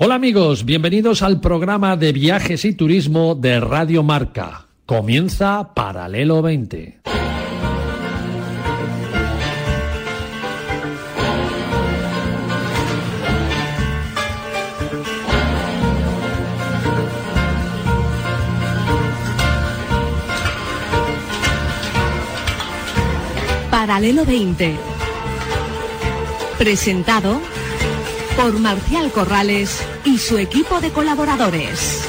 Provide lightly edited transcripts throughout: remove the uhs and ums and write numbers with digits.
Hola amigos, bienvenidos al programa de viajes y turismo de Radio Marca. Comienza Paralelo 20. Paralelo 20. Presentado por Marcial Corrales y su equipo de colaboradores.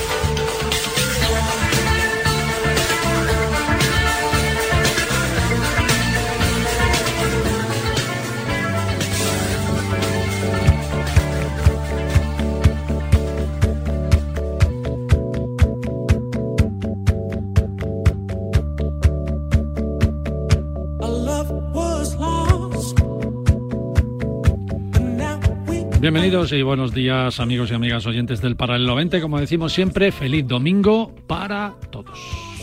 Bienvenidos y buenos días, amigos y amigas oyentes del Paralelo 20. Como decimos siempre, feliz domingo para todos.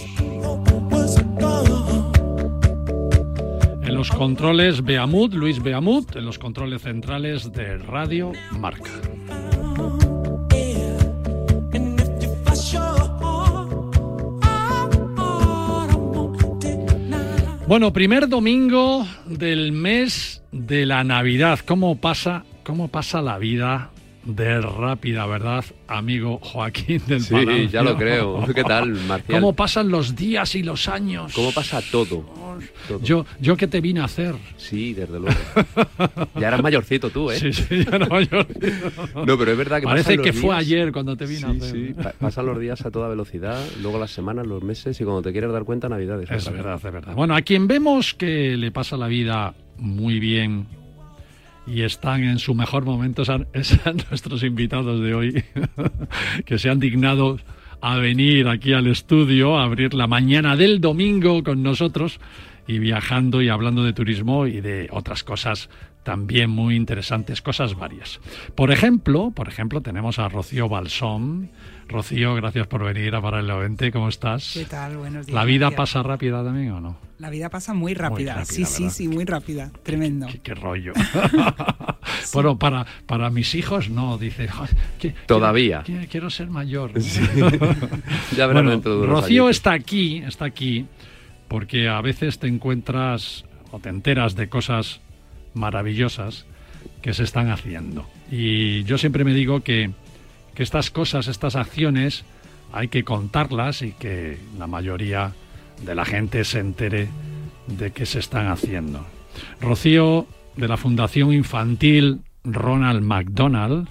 En los controles Beamut, Luis Beamut, en los controles centrales de Radio Marca. Bueno, primer domingo del mes de la Navidad. ¿Cómo pasa la vida de rápida, verdad, amigo Joaquín del Palacio? Sí, ya lo creo. ¿Qué tal, Marcial? ¿Cómo pasan los días y los años? ¿Cómo pasa todo? Yo que te vine a hacer. Sí, desde luego. Ya eras mayorcito tú, ¿eh? Sí, ya era mayorcito. No, pero es verdad que parece que días... fue ayer cuando te vine a hacer. Sí, pasan los días a toda velocidad, luego las semanas, los meses, y cuando te quieres dar cuenta, Navidades. Es verdad. Bueno, a quien vemos que le pasa la vida muy bien y están en su mejor momento es a nuestros invitados de hoy, que se han dignado a venir aquí al estudio, a abrir la mañana del domingo con nosotros y viajando y hablando de turismo y de otras cosas también muy interesantes, cosas varias. Por ejemplo, tenemos a Rocío Balsón. Rocío, gracias por venir a Paralelo 20. ¿Cómo estás? ¿Qué tal? Buenos días. ¿La vida pasa rápida también o no? La vida pasa muy rápida. Sí, muy rápida. Tremendo. Qué rollo. Sí. Bueno, para mis hijos no, dice. Todavía. Quiero ser mayor. Sí. Ya verán dentro de unos Rocío años. está aquí porque a veces te encuentras o te enteras de cosas maravillosas que se están haciendo. Y yo siempre me digo que estas cosas, estas acciones, hay que contarlas y que la mayoría de la gente se entere de qué se están haciendo. Rocío, de la Fundación Infantil Ronald McDonald,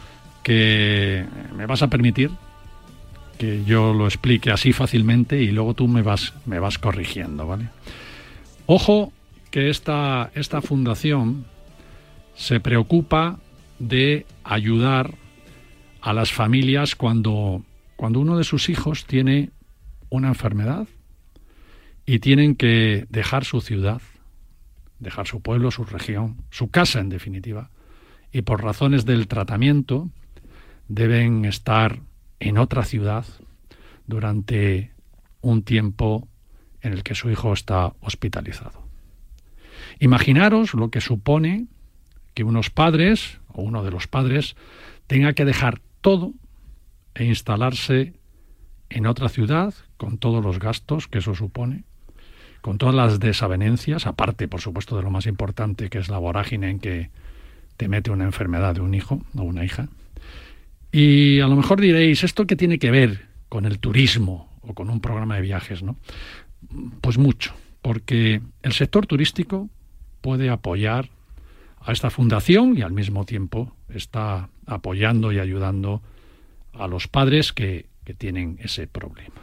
que me vas a permitir que yo lo explique así fácilmente y luego tú me vas corrigiendo, ¿vale? Ojo que esta fundación se preocupa de ayudar a las familias cuando uno de sus hijos tiene una enfermedad y tienen que dejar su ciudad, dejar su pueblo, su región, su casa en definitiva, y por razones del tratamiento deben estar en otra ciudad durante un tiempo en el que su hijo está hospitalizado. Imaginaros lo que supone que unos padres o uno de los padres tenga que dejar todo e instalarse en otra ciudad con todos los gastos que eso supone, con todas las desavenencias, aparte, por supuesto, de lo más importante, que es la vorágine en que te mete una enfermedad de un hijo o una hija. Y a lo mejor diréis, ¿esto qué tiene que ver con el turismo o con un programa de viajes, no? Pues mucho, porque el sector turístico puede apoyar a esta fundación y al mismo tiempo está apoyando y ayudando a los padres que tienen ese problema.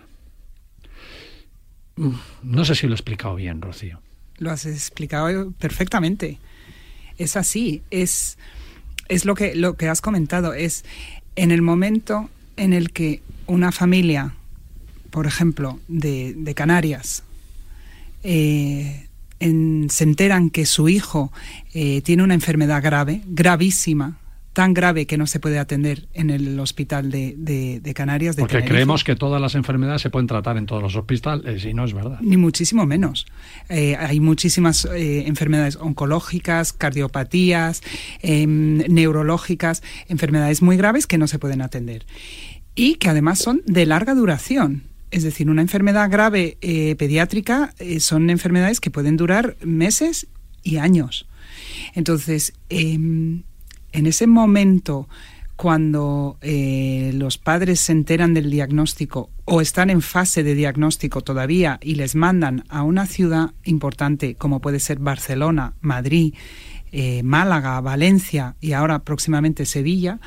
No sé si lo he explicado bien, Rocío. Lo has explicado perfectamente. Es así, es lo que has comentado, es en el momento en el que una familia, por ejemplo, de Canarias, se enteran que su hijo tiene una enfermedad gravísima, tan grave que no se puede atender en el hospital de Canarias. Porque Tenerife. creemos que todas las enfermedades se pueden tratar en todos los hospitales y no es verdad. Ni muchísimo menos. Hay muchísimas enfermedades oncológicas, cardiopatías, neurológicas, enfermedades muy graves que no se pueden atender y que además son de larga duración. Es decir, una enfermedad grave pediátrica son enfermedades que pueden durar meses y años. Entonces, en ese momento, cuando los padres se enteran del diagnóstico o están en fase de diagnóstico todavía y les mandan a una ciudad importante como puede ser Barcelona, Madrid, Málaga, Valencia y ahora próximamente Sevilla,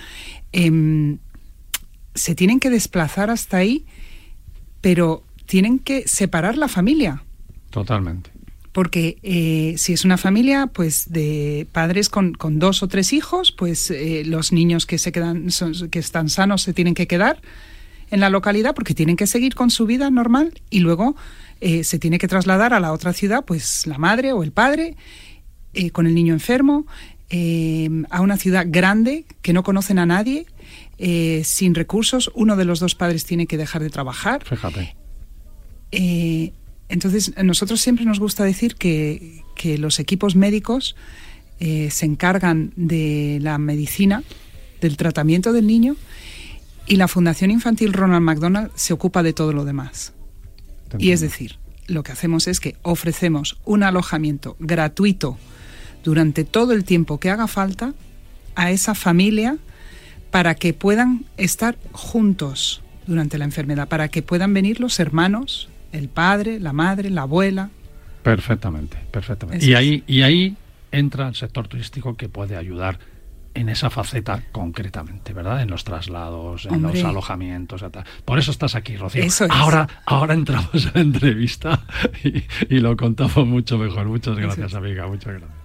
se tienen que desplazar hasta ahí, pero tienen que separar la familia. Totalmente. Porque si es una familia pues de padres con 2 o 3 hijos, pues los niños que que están sanos se tienen que quedar en la localidad porque tienen que seguir con su vida normal y luego se tiene que trasladar a la otra ciudad pues la madre o el padre con el niño enfermo a una ciudad grande que no conocen a nadie, sin recursos. Uno de los 2 padres tiene que dejar de trabajar. Fíjate. Entonces, a nosotros siempre nos gusta decir que los equipos médicos se encargan de la medicina, del tratamiento del niño, y la Fundación Infantil Ronald McDonald se ocupa de todo lo demás. Y es decir, lo que hacemos es que ofrecemos un alojamiento gratuito durante todo el tiempo que haga falta a esa familia para que puedan estar juntos durante la enfermedad, para que puedan venir los hermanos, el padre, la madre, la abuela. Perfectamente. Y ahí entra el sector turístico que puede ayudar en esa faceta concretamente, ¿verdad? En los traslados, en los alojamientos. Por eso estás aquí, Rocío. Eso es. Ahora entramos a la entrevista y lo contamos mucho mejor. Muchas gracias, amiga. Muchas gracias.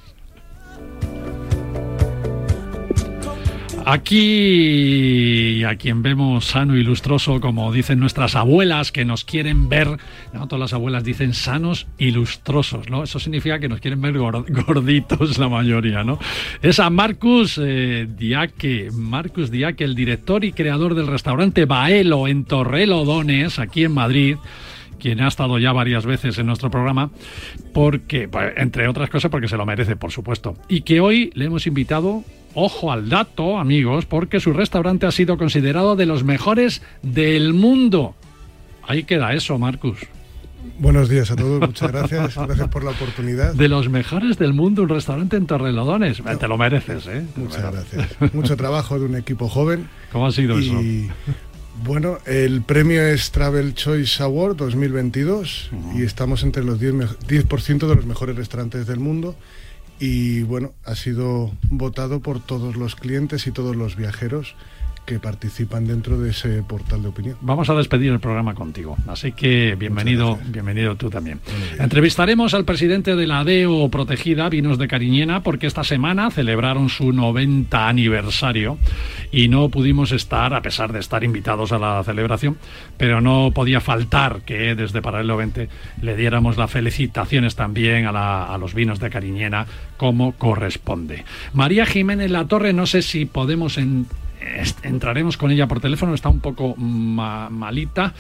Aquí a quien vemos sano y lustroso, como dicen nuestras abuelas que nos quieren ver, ¿no? Todas las abuelas dicen sanos y lustrosos, ¿no? Eso significa que nos quieren ver gorditos la mayoría, ¿no? Es a Marcus Diaque, el director y creador del restaurante Baelo en Torrelodones, aquí en Madrid, quien ha estado ya varias veces en nuestro programa, porque, entre otras cosas, porque se lo merece, por supuesto. Y que hoy le hemos invitado, ojo al dato, amigos, porque su restaurante ha sido considerado de los mejores del mundo. Ahí queda eso, Marcus. Buenos días a todos, muchas gracias. Gracias por la oportunidad. De los mejores del mundo, un restaurante en Torrelodones. No, te lo mereces, ¿eh? Muchas gracias. Mucho trabajo de un equipo joven. ¿Cómo ha sido eso? Bueno, el premio es Travel Choice Award 2022 y estamos entre los 10% de los mejores restaurantes del mundo y bueno, ha sido votado por todos los clientes y todos los viajeros que participan dentro de ese portal de opinión. Vamos a despedir el programa contigo, así que bienvenido tú también. Entrevistaremos al presidente de la DEO protegida Vinos de Cariñena porque esta semana celebraron su 90 aniversario y no pudimos estar, a pesar de estar invitados a la celebración, pero no podía faltar que desde Paralelo 20 le diéramos las felicitaciones también a los Vinos de Cariñena como corresponde. María Jiménez Latorre, no sé si podemos entraremos con ella por teléfono, está un poco malita,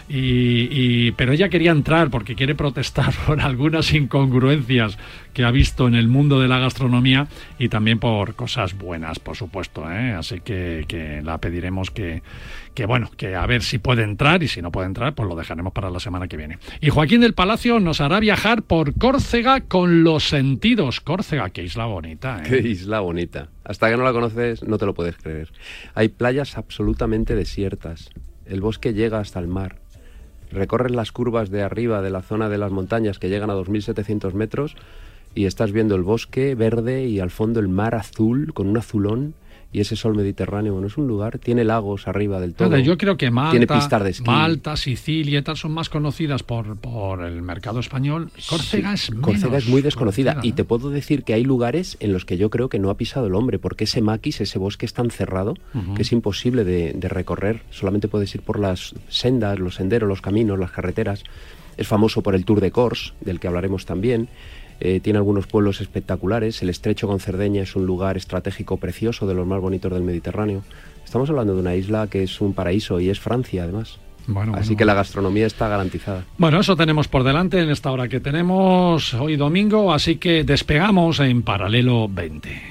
pero ella quería entrar porque quiere protestar por algunas incongruencias que ha visto en el mundo de la gastronomía y también por cosas buenas, por supuesto, ¿eh? Así que la pediremos que a ver si puede entrar, y si no puede entrar, pues lo dejaremos para la semana que viene. Y Joaquín del Palacio nos hará viajar por Córcega con los sentidos. Córcega, qué isla bonita, ¿eh? Qué isla bonita. Hasta que no la conoces no te lo puedes creer. Hay playas absolutamente desiertas. El bosque llega hasta el mar. Recorres las curvas de arriba de la zona de las montañas que llegan a 2.700 metros y estás viendo el bosque verde y al fondo el mar azul con un azulón y ese sol mediterráneo. Bueno, es un lugar, tiene lagos arriba del todo. Yo creo que tiene pistas de esquí. Malta, Sicilia y tal son más conocidas por el mercado español. Córcega es menos. Córcega es muy desconocida y te puedo decir que hay lugares en los que yo creo que no ha pisado el hombre, porque ese maquis, ese bosque es tan cerrado que es imposible de recorrer. Solamente puedes ir por las sendas, los senderos, los caminos, las carreteras. Es famoso por el Tour de Corse, del que hablaremos también. tiene algunos pueblos espectaculares. El estrecho con Cerdeña es un lugar estratégico precioso, de los más bonitos del Mediterráneo. Estamos hablando de una isla que es un paraíso y es Francia, además. Así que la gastronomía está garantizada. Bueno, eso tenemos por delante en esta hora que tenemos hoy domingo, así que despegamos en Paralelo 20.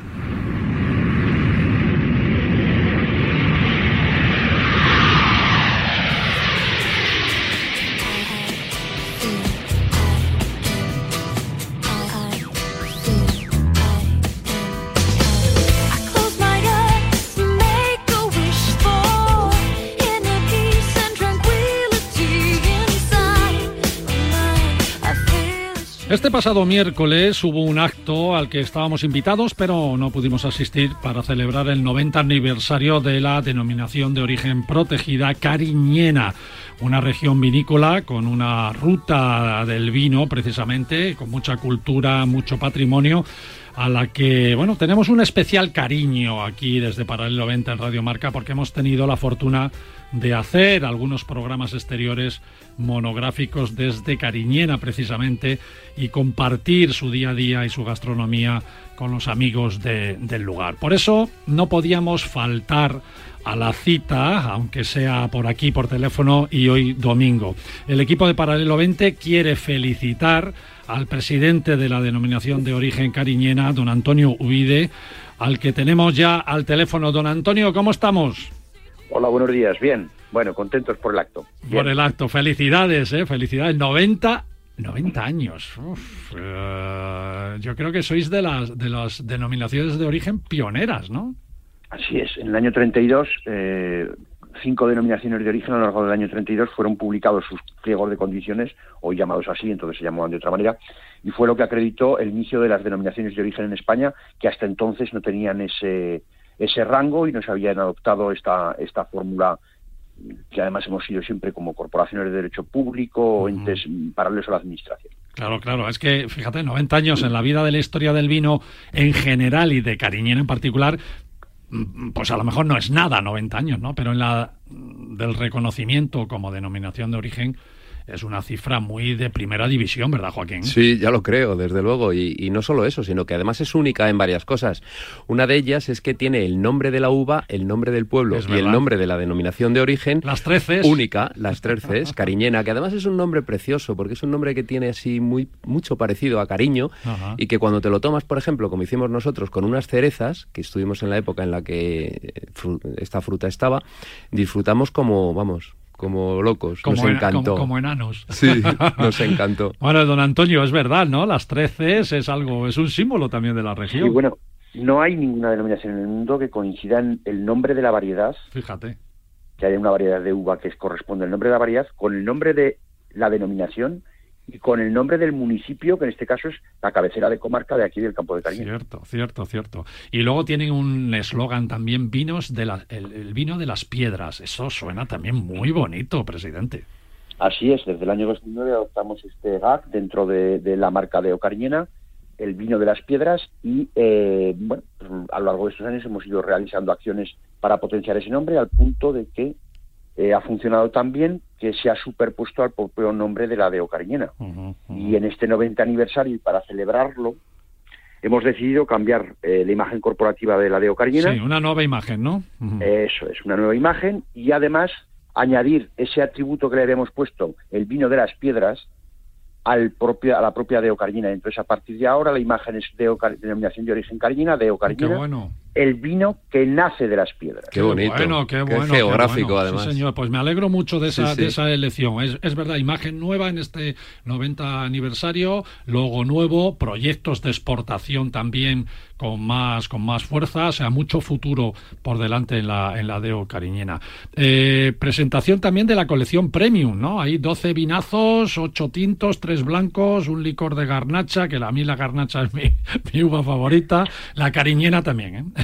Este pasado miércoles hubo un acto al que estábamos invitados, pero no pudimos asistir, para celebrar el 90 aniversario de la denominación de origen protegida Cariñena, una región vinícola con una ruta del vino, precisamente, con mucha cultura, mucho patrimonio, a la que, bueno, tenemos un especial cariño aquí desde Paralelo 20 en Radio Marca, porque hemos tenido la fortuna de hacer algunos programas exteriores monográficos desde Cariñena, precisamente, y compartir su día a día y su gastronomía con los amigos del lugar. Por eso no podíamos faltar a la cita, aunque sea por aquí, por teléfono, y hoy domingo. El equipo de Paralelo 20 quiere felicitar al presidente de la denominación de origen Cariñena, don Antonio Ubide, al que tenemos ya al teléfono. Don Antonio, ¿cómo estamos? Hola, buenos días. Bien. Bueno, contentos por el acto. Bien. Por el acto. Felicidades, felicidades. 90 años. Yo creo que sois de las denominaciones de origen pioneras, ¿no? Así es. En el año 32, 5 denominaciones de origen a lo largo del año 32 fueron publicados sus pliegos de condiciones, hoy llamados así, entonces se llamaban de otra manera, y fue lo que acreditó el inicio de las denominaciones de origen en España, que hasta entonces no tenían ese rango y no se habían adoptado esta fórmula, que además hemos sido siempre como corporaciones de derecho público o entes paralelos a la administración. Claro, es que, fíjate, 90 años en la vida de la historia del vino en general y de Cariñena en particular, pues a lo mejor no es nada 90 años, ¿no? Pero en la del reconocimiento como denominación de origen es una cifra muy de primera división, ¿verdad, Joaquín? Sí, ya lo creo, desde luego. Y no solo eso, sino que además es única en varias cosas. Una de ellas es que tiene el nombre de la uva, el nombre del pueblo y el nombre de la denominación de origen. Las 3 Cs. Única, las 3 Cs, Cariñena, que además es un nombre precioso, porque es un nombre que tiene así mucho parecido a cariño. Ajá. Y que cuando te lo tomas, por ejemplo, como hicimos nosotros con unas cerezas, que estuvimos en la época en la que esta fruta estaba, disfrutamos como locos, nos encantó. Como enanos. Sí, nos encantó. Bueno, don Antonio, es verdad, ¿no? Las 3 Cs es un símbolo también de la región. Sí, bueno, no hay ninguna denominación en el mundo que coincida en el nombre de la variedad. Fíjate. Que haya una variedad de uva que corresponde al nombre de la variedad con el nombre de la denominación y con el nombre del municipio, que en este caso es la cabecera de comarca de aquí del Campo de Cariñena. Cierto. Y luego tienen un eslogan también, el vino de las piedras. Eso suena también muy bonito, presidente. Así es, desde el año 2009 adoptamos este GAC dentro de la marca de Cariñena, el vino de las piedras, y bueno, pues a lo largo de estos años hemos ido realizando acciones para potenciar ese nombre, al punto de que ha funcionado tan bien que se ha superpuesto al propio nombre de la de Cariñena. Y en este 90 aniversario, y para celebrarlo, hemos decidido cambiar la imagen corporativa de la de Cariñena. Sí, una nueva imagen, ¿no? Eso es, una nueva imagen, y además añadir ese atributo que le habíamos puesto, el vino de las piedras, a la propia de Cariñena. Entonces, a partir de ahora, la imagen es de denominación de origen Cariñena, de Cariñena. Qué bueno. El vino que nace de las piedras. Qué bonito. Qué bueno. Geográfico, además. Sí, señor. Pues me alegro mucho de esa elección. Es verdad, imagen nueva en este 90 aniversario, logo nuevo, proyectos de exportación también con más fuerza, o sea, mucho futuro por delante en la Deo Cariñena. Presentación también de la colección Premium, ¿no? Hay 12 vinazos, 8 tintos, 3 blancos, un licor de garnacha, que a mí la garnacha es mi uva favorita, la Cariñena también, ¿eh?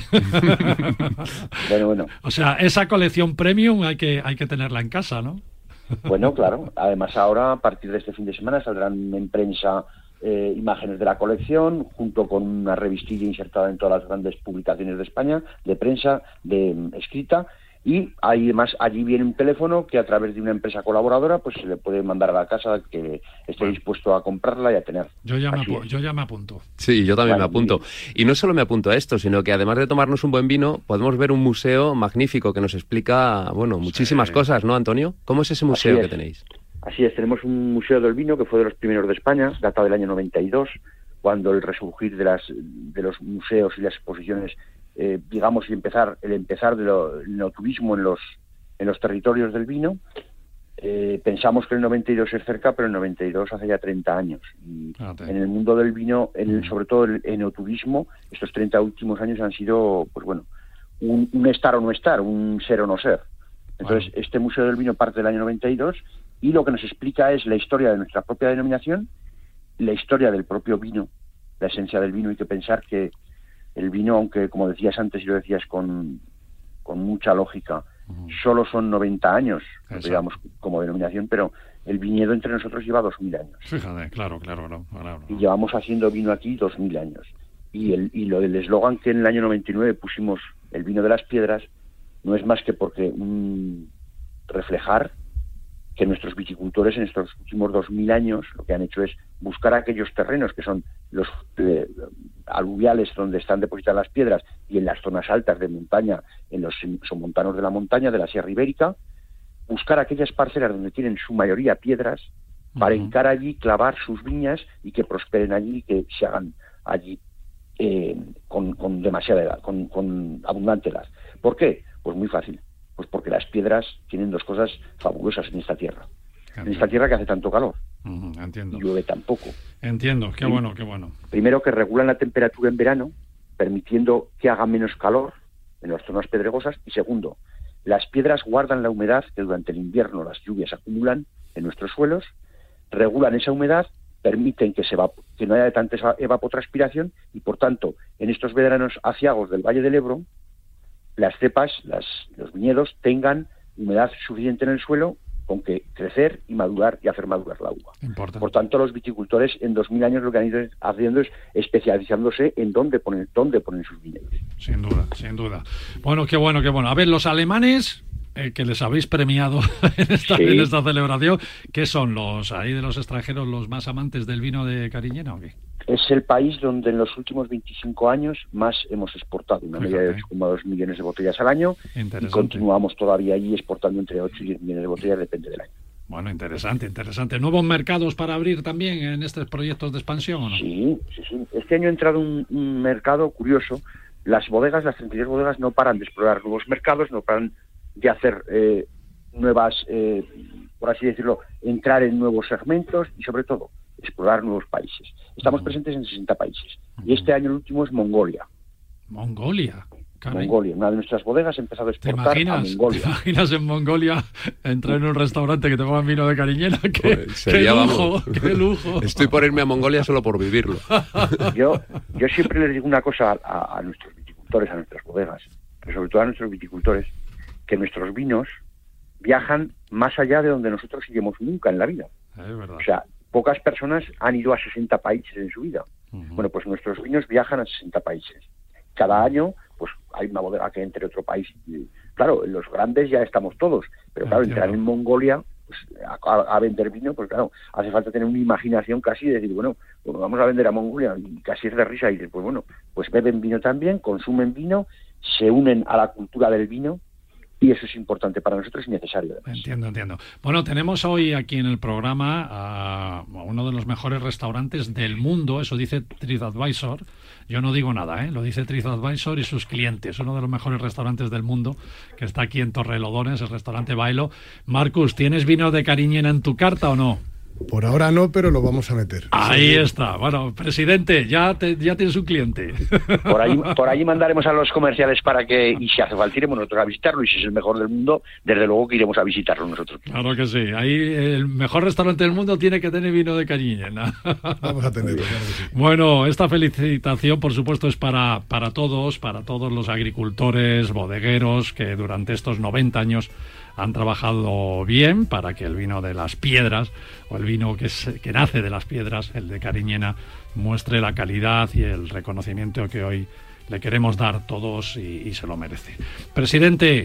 Bueno. O sea, esa colección Premium hay que tenerla en casa, ¿no? Bueno, claro. Además, ahora, a partir de este fin de semana, saldrán en prensa imágenes de la colección, junto con una revistilla insertada en todas las grandes publicaciones de España, de prensa, de escrita, Y además allí viene un teléfono que a través de una empresa colaboradora pues se le puede mandar a la casa que esté dispuesto a comprarla y a tener. Yo ya me apunto. Sí, yo también Vale, me apunto. Y no solo me apunto a esto, sino que además de tomarnos un buen vino, podemos ver un museo magnífico que nos explica, bueno, muchísimas cosas, ¿no, Antonio? ¿Cómo es ese museo que tenéis? Así es, tenemos un museo del vino que fue de los primeros de España, datado del año 92, cuando el resurgir de los museos y las exposiciones, digamos, y el empezar del enoturismo en los territorios del vino. Pensamos que el 92 es cerca, pero el 92 hace ya 30 años. Y en el mundo del vino, sobre todo el enoturismo, estos 30 últimos años han sido, pues bueno, un estar o no estar, un ser o no ser. Entonces, este Museo del Vino parte del año 92 y lo que nos explica es la historia de nuestra propia denominación, la historia del propio vino, la esencia del vino. Hay que pensar que el vino, aunque como decías antes y lo decías con mucha lógica, solo son 90 años, digamos, como denominación, pero el viñedo entre nosotros lleva 2000 años. Fíjate, claro. Y llevamos haciendo vino aquí 2000 años. Y lo del eslogan que en el año 99 pusimos, el vino de las piedras, no es más que porque reflejar que nuestros viticultores en estos últimos 2000 años lo que han hecho es buscar aquellos terrenos que son los aluviales donde están depositadas las piedras y en las zonas altas de montaña, en los somontanos de la montaña, de la Sierra Ibérica, buscar aquellas parcelas donde tienen su mayoría piedras para hincar allí, clavar sus viñas y que prosperen allí y que se hagan allí con demasiada edad, con abundante edad. ¿Por qué? Pues muy fácil. Pues porque las piedras tienen dos cosas fabulosas en esta tierra. Entiendo. En esta tierra que hace tanto calor. Entiendo. Y llueve tan poco. Entiendo, qué bueno. Primero, que regulan la temperatura en verano, permitiendo que haga menos calor en las zonas pedregosas. Y segundo, las piedras guardan la humedad que durante el invierno las lluvias acumulan en nuestros suelos, regulan esa humedad, permiten que no haya tanta evapotranspiración y, por tanto, en estos veranos aciagos del Valle del Ebro, las cepas, los viñedos tengan humedad suficiente en el suelo con que crecer y madurar y hacer madurar la uva. Importante. Por tanto, los viticultores en 2000 años lo que han ido haciendo es especializándose en dónde ponen sus viñedos. Sin duda. Bueno, qué bueno. A ver, los alemanes, que les habéis premiado en esta celebración, ¿qué son los ahí de los extranjeros los más amantes del vino de Cariñena o qué? Es el país donde en los últimos 25 años más hemos exportado, una media de 8,2 millones de botellas al año, y continuamos todavía allí exportando entre 8 y 10 millones de botellas, depende del año. Bueno, interesante. ¿Nuevos mercados para abrir también en estos proyectos de expansión o no? Sí. Este año ha entrado un mercado curioso. Las 32 bodegas no paran de explorar nuevos mercados, no paran de hacer nuevas, por así decirlo, entrar en nuevos segmentos y sobre todo explorar nuevos países. Estamos presentes en 60 países. Y este año el último es Mongolia. Caray. Mongolia, una de nuestras bodegas ha empezado a exportar a Mongolia. ¿Te imaginas en Mongolia entrar en un restaurante que te pongan vino de Cariñena? ¡Qué lujo! Estoy por irme a Mongolia solo por vivirlo. Yo siempre les digo una cosa a nuestros viticultores, a nuestras bodegas, pero sobre todo a nuestros viticultores, que nuestros vinos viajan más allá de donde nosotros iremos nunca en la vida. Es verdad. O sea, pocas personas han ido a 60 países en su vida. Bueno, pues nuestros vinos viajan a 60 países. Cada año, pues hay una bodega que entre otro país. Claro, en los grandes ya estamos todos, pero claro, entrar en Mongolia pues, a vender vino, pues claro, hace falta tener una imaginación casi de decir, bueno, vamos a vender a Mongolia, y casi es de risa, y dices, pues bueno, pues beben vino también, consumen vino, se unen a la cultura del vino, y eso es importante para nosotros y necesario. Además. Entiendo. Bueno, tenemos hoy aquí en el programa a uno de los mejores restaurantes del mundo, eso dice TripAdvisor. Yo no digo nada, lo dice TripAdvisor y sus clientes. Uno de los mejores restaurantes del mundo, que está aquí en Torrelodones, el restaurante Bailo. Marcus, ¿tienes vino de Cariñena en tu carta o no? Por ahora no, pero lo vamos a meter. Ahí está. Bueno, presidente, ya tienes un cliente. Por ahí mandaremos a los comerciales para que, y si hace falta, iremos nosotros a visitarlo, y si es el mejor del mundo, desde luego que iremos a visitarlo nosotros. Claro que sí. Ahí el mejor restaurante del mundo tiene que tener vino de Cariñena. Vamos a tenerlo, claro que sí. Bueno, esta felicitación, por supuesto, es para todos los agricultores, bodegueros, que durante estos 90 años han trabajado bien para que el vino de las piedras, o el vino que nace de las piedras, el de Cariñena, muestre la calidad y el reconocimiento que hoy le queremos dar todos y se lo merece. Presidente,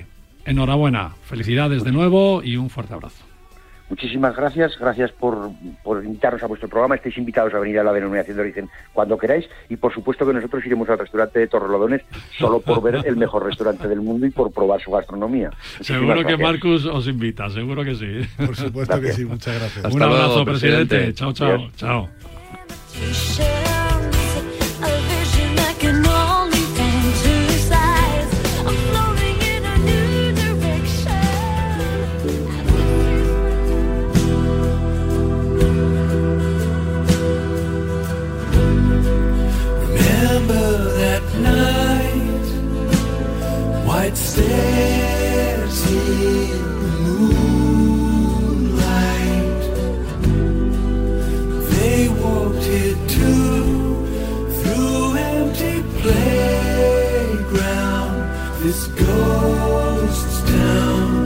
enhorabuena, felicidades de nuevo y un fuerte abrazo. Muchísimas gracias por invitarnos a vuestro programa. Estáis invitados a venir a la Denominación de Origen cuando queráis, y por supuesto que nosotros iremos al restaurante de Torrelodones solo por ver el mejor restaurante del mundo y por probar su gastronomía. Seguro que Marcus os invita, seguro que sí. Por supuesto que sí, muchas gracias. Un abrazo, presidente. Chao, chao. Chao. Stairs in moonlight, they walked here too, through empty playground, this ghost town.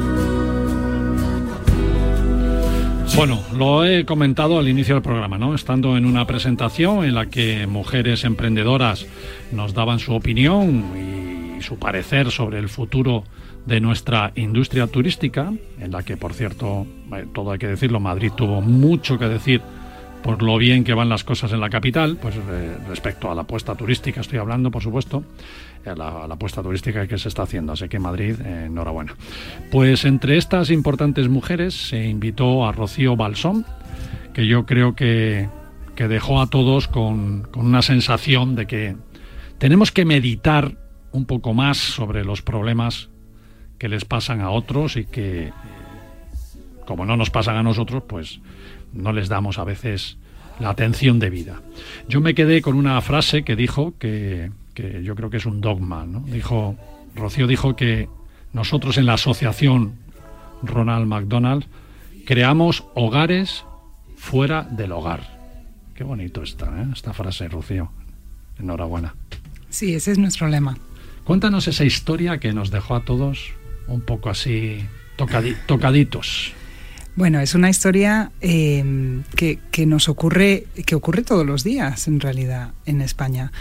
Bueno, lo he comentado al inicio del programa, ¿no? Estando en una presentación en la que mujeres emprendedoras nos daban su opinión y su parecer sobre el futuro de nuestra industria turística, en la que, por cierto, todo hay que decirlo, Madrid tuvo mucho que decir por lo bien que van las cosas en la capital, pues respecto a la apuesta turística estoy hablando, por supuesto, la apuesta turística que se está haciendo, así que Madrid, enhorabuena. Pues entre estas importantes mujeres se invitó a Rocío Balsón, que yo creo que dejó a todos con una sensación de que tenemos que meditar un poco más sobre los problemas que les pasan a otros y que, como no nos pasan a nosotros, pues no les damos a veces la atención debida. Yo me quedé con una frase que dijo que yo creo que es un dogma, ¿no? Rocío dijo que nosotros en la asociación Ronald McDonald creamos hogares fuera del hogar. Qué bonito esta frase, Rocío. Enhorabuena. Sí, ese es nuestro lema. Cuéntanos esa historia que nos dejó a todos un poco así tocaditos. Bueno, es una historia que nos ocurre todos los días, en realidad, en España.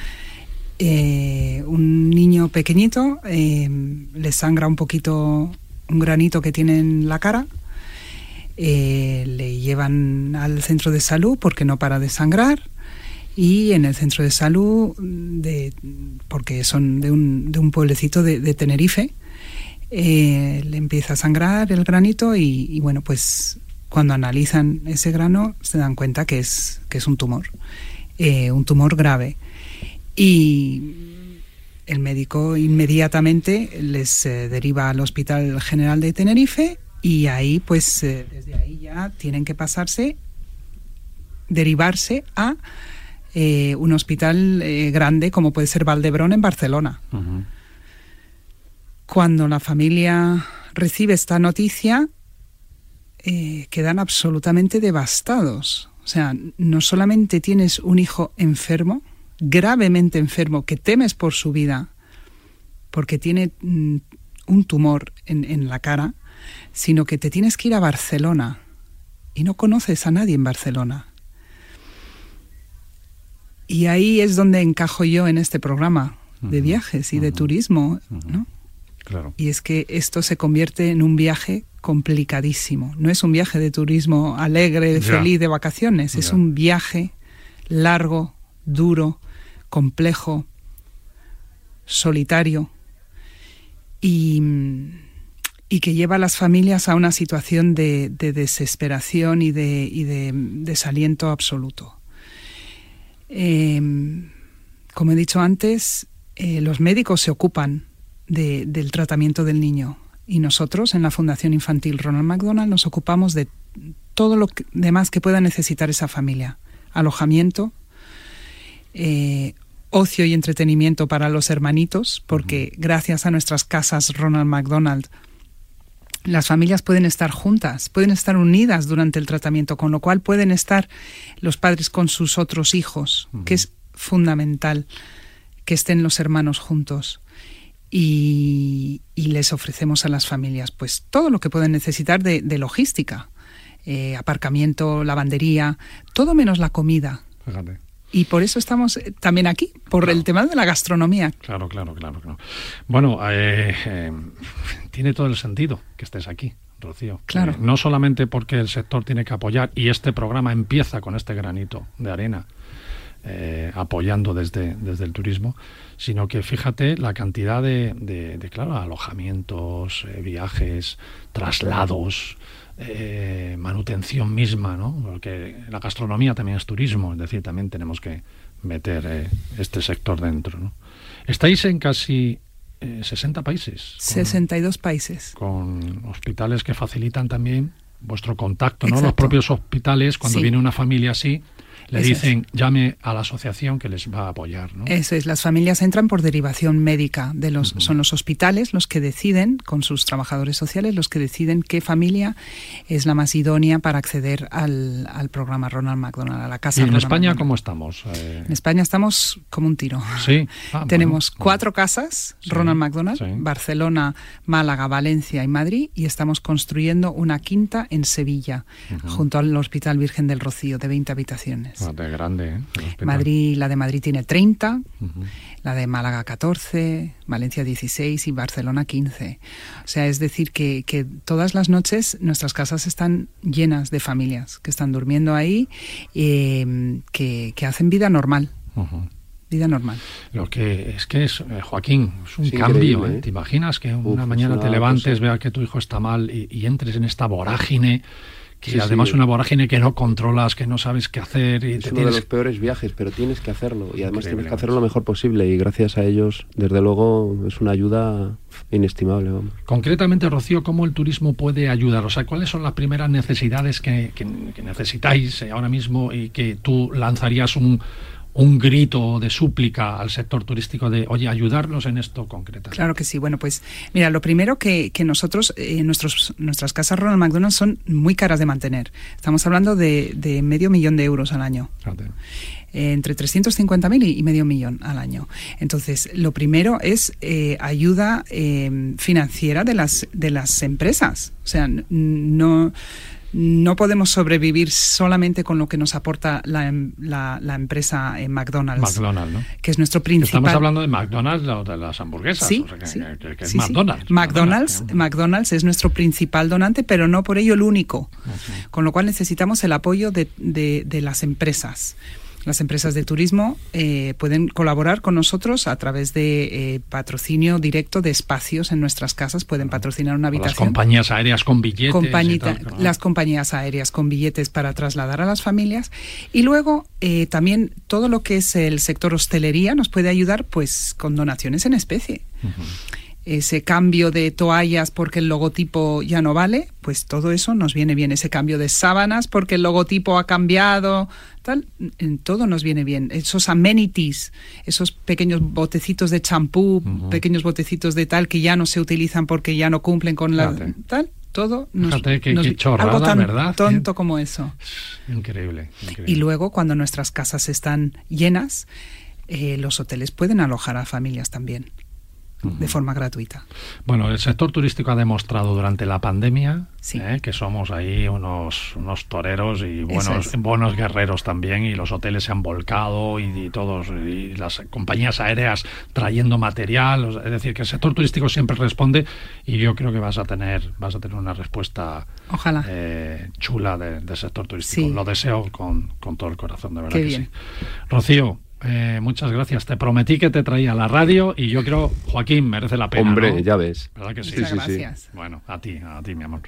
Un niño pequeñito le sangra un poquito un granito que tiene en la cara. Le llevan al centro de salud porque no para de sangrar. Y en el centro de salud, porque son de un pueblecito de Tenerife, le empieza a sangrar el granito y bueno, pues cuando analizan ese grano se dan cuenta que es un tumor grave. Y el médico inmediatamente les deriva al Hospital General de Tenerife y ahí pues desde ahí ya tienen que derivarse a un hospital grande como puede ser Valdebrón en Barcelona. Uh-huh. Cuando la familia recibe esta noticia, quedan absolutamente devastados. O sea, no solamente tienes un hijo enfermo, gravemente enfermo, que temes por su vida porque tiene un tumor en la cara, sino que te tienes que ir a Barcelona y no conoces a nadie en Barcelona. Y ahí es donde encajo yo en este programa de viajes y de turismo, ¿no? Claro. Y es que esto se convierte en un viaje complicadísimo. No es un viaje de turismo alegre, feliz, de vacaciones. Es un viaje largo, duro, complejo, solitario y que lleva a las familias a una situación de desesperación y de desaliento absoluto. Como he dicho antes, los médicos se ocupan del tratamiento del niño y nosotros en la Fundación Infantil Ronald McDonald nos ocupamos de todo lo demás que pueda necesitar esa familia. Alojamiento, ocio y entretenimiento para los hermanitos, porque gracias a nuestras casas Ronald McDonald las familias pueden estar juntas, pueden estar unidas durante el tratamiento, con lo cual pueden estar los padres con sus otros hijos, que es fundamental que estén los hermanos juntos. Y les ofrecemos a las familias pues todo lo que pueden necesitar de logística, aparcamiento, lavandería, todo menos la comida. Fíjate. Y por eso estamos también aquí, por el tema de la gastronomía. Claro. Bueno, tiene todo el sentido que estés aquí, Rocío. Claro. No solamente porque el sector tiene que apoyar, y este programa empieza con este granito de arena, apoyando desde el turismo, sino que fíjate la cantidad de claro, alojamientos, viajes, traslados, manutención misma, ¿no? Porque la gastronomía también es turismo, es decir, también tenemos que meter este sector dentro, ¿no? Estáis en casi 60 países. 62 países. Con hospitales que facilitan también vuestro contacto, ¿no? Exacto. Los propios hospitales, cuando Sí. viene una familia así, le Eso dicen, llame a la asociación que les va a apoyar, ¿no? Eso es, las familias entran por derivación médica. Ujú. Son los hospitales los que deciden, con sus trabajadores sociales, los que deciden qué familia es la más idónea para acceder al programa Ronald McDonald, a la casa ¿Y en Ronald España McDonald. cómo estamos? En España estamos como un tiro. Sí. Tenemos bueno. 4 casas, Sí, Ronald McDonald, sí. Barcelona, Málaga, Valencia y Madrid, y estamos construyendo una quinta en Sevilla, Ujú. junto al Hospital Virgen del Rocío, de 20 habitaciones. Ah, de grande, ¿eh? El hospital. La de Madrid tiene 30, Ujú. la de Málaga 14, Valencia 16 y Barcelona 15. O sea, es decir, que todas las noches nuestras casas están llenas de familias que están durmiendo ahí, que hacen vida normal. Ujú. Vida normal. Lo que es, Joaquín, es un Sí, cambio, increíble, ¿eh? ¿eh? ¿Te imaginas que Uf, una es mañana una te levantes, cosa. veas que tu hijo está mal y entres en esta vorágine, que Sí, además sí. una vorágine que no controlas, que no sabes qué hacer y Es te uno de tienes... los peores viajes, pero tienes que hacerlo. Y además Increíble, tienes que hacerlo lo mejor posible. Y gracias a ellos, desde luego, es una ayuda inestimable. Vamos. Concretamente, Rocío, ¿cómo el turismo puede ayudar? O sea, ¿cuáles son las primeras necesidades que necesitáis ahora mismo y que tú lanzarías un grito de súplica al sector turístico de, oye, ayudarnos en esto concretamente? Claro que sí. Bueno, pues mira, lo primero que nosotros, nuestras casas Ronald McDonald son muy caras de mantener. Estamos hablando de $500,000 al año. Fíjate. Entre 350.000 y $500,000 al año. Entonces, lo primero es ayuda financiera de las empresas. O sea, no podemos sobrevivir solamente con lo que nos aporta la empresa McDonald's, McDonald's, ¿no? que es nuestro principal... Estamos hablando de McDonald's, o de las hamburguesas. Sí, o sea, sí, que es sí, sí. McDonald's. McDonald's es nuestro principal donante, pero no por ello el único. Ujú. Con lo cual necesitamos el apoyo de las empresas. Las empresas de turismo pueden colaborar con nosotros a través de patrocinio directo de espacios en nuestras casas. Pueden patrocinar una O las habitación. compañías aéreas con billetes. y tal, ¿no? Las compañías aéreas con billetes para trasladar a las familias. Y luego también todo lo que es el sector hostelería nos puede ayudar pues con donaciones en especie. Ujú. Ese cambio de toallas porque el logotipo ya no vale, pues todo eso nos viene bien. Ese cambio de sábanas porque el logotipo ha cambiado, tal, todo nos viene bien. Esos amenities, esos pequeños botecitos de champú, Ujú. pequeños botecitos de tal que ya no se utilizan porque ya no cumplen con la Fíjate. tal, todo nos, Fíjate qué chorrada, algo tan ¿verdad? tonto como eso. Increíble, increíble. Y luego cuando nuestras casas están llenas, los hoteles pueden alojar a familias también. De forma gratuita. Bueno, el sector turístico ha demostrado durante la pandemia Sí. que somos ahí unos toreros y Eso es. buenos guerreros también, y los hoteles se han volcado y todos, y las compañías aéreas trayendo material, es decir, que el sector turístico siempre responde, y yo creo que vas a tener una respuesta Ojalá. chula del sector turístico. Sí. Lo deseo con todo el corazón, de verdad Qué que bien. sí. Rocío, muchas gracias. Te prometí que te traía a la radio y yo creo, Joaquín, merece la pena. Hombre, ¿no? ya ves. ¿Verdad que sí? Muchas gracias. Bueno, a ti, mi amor.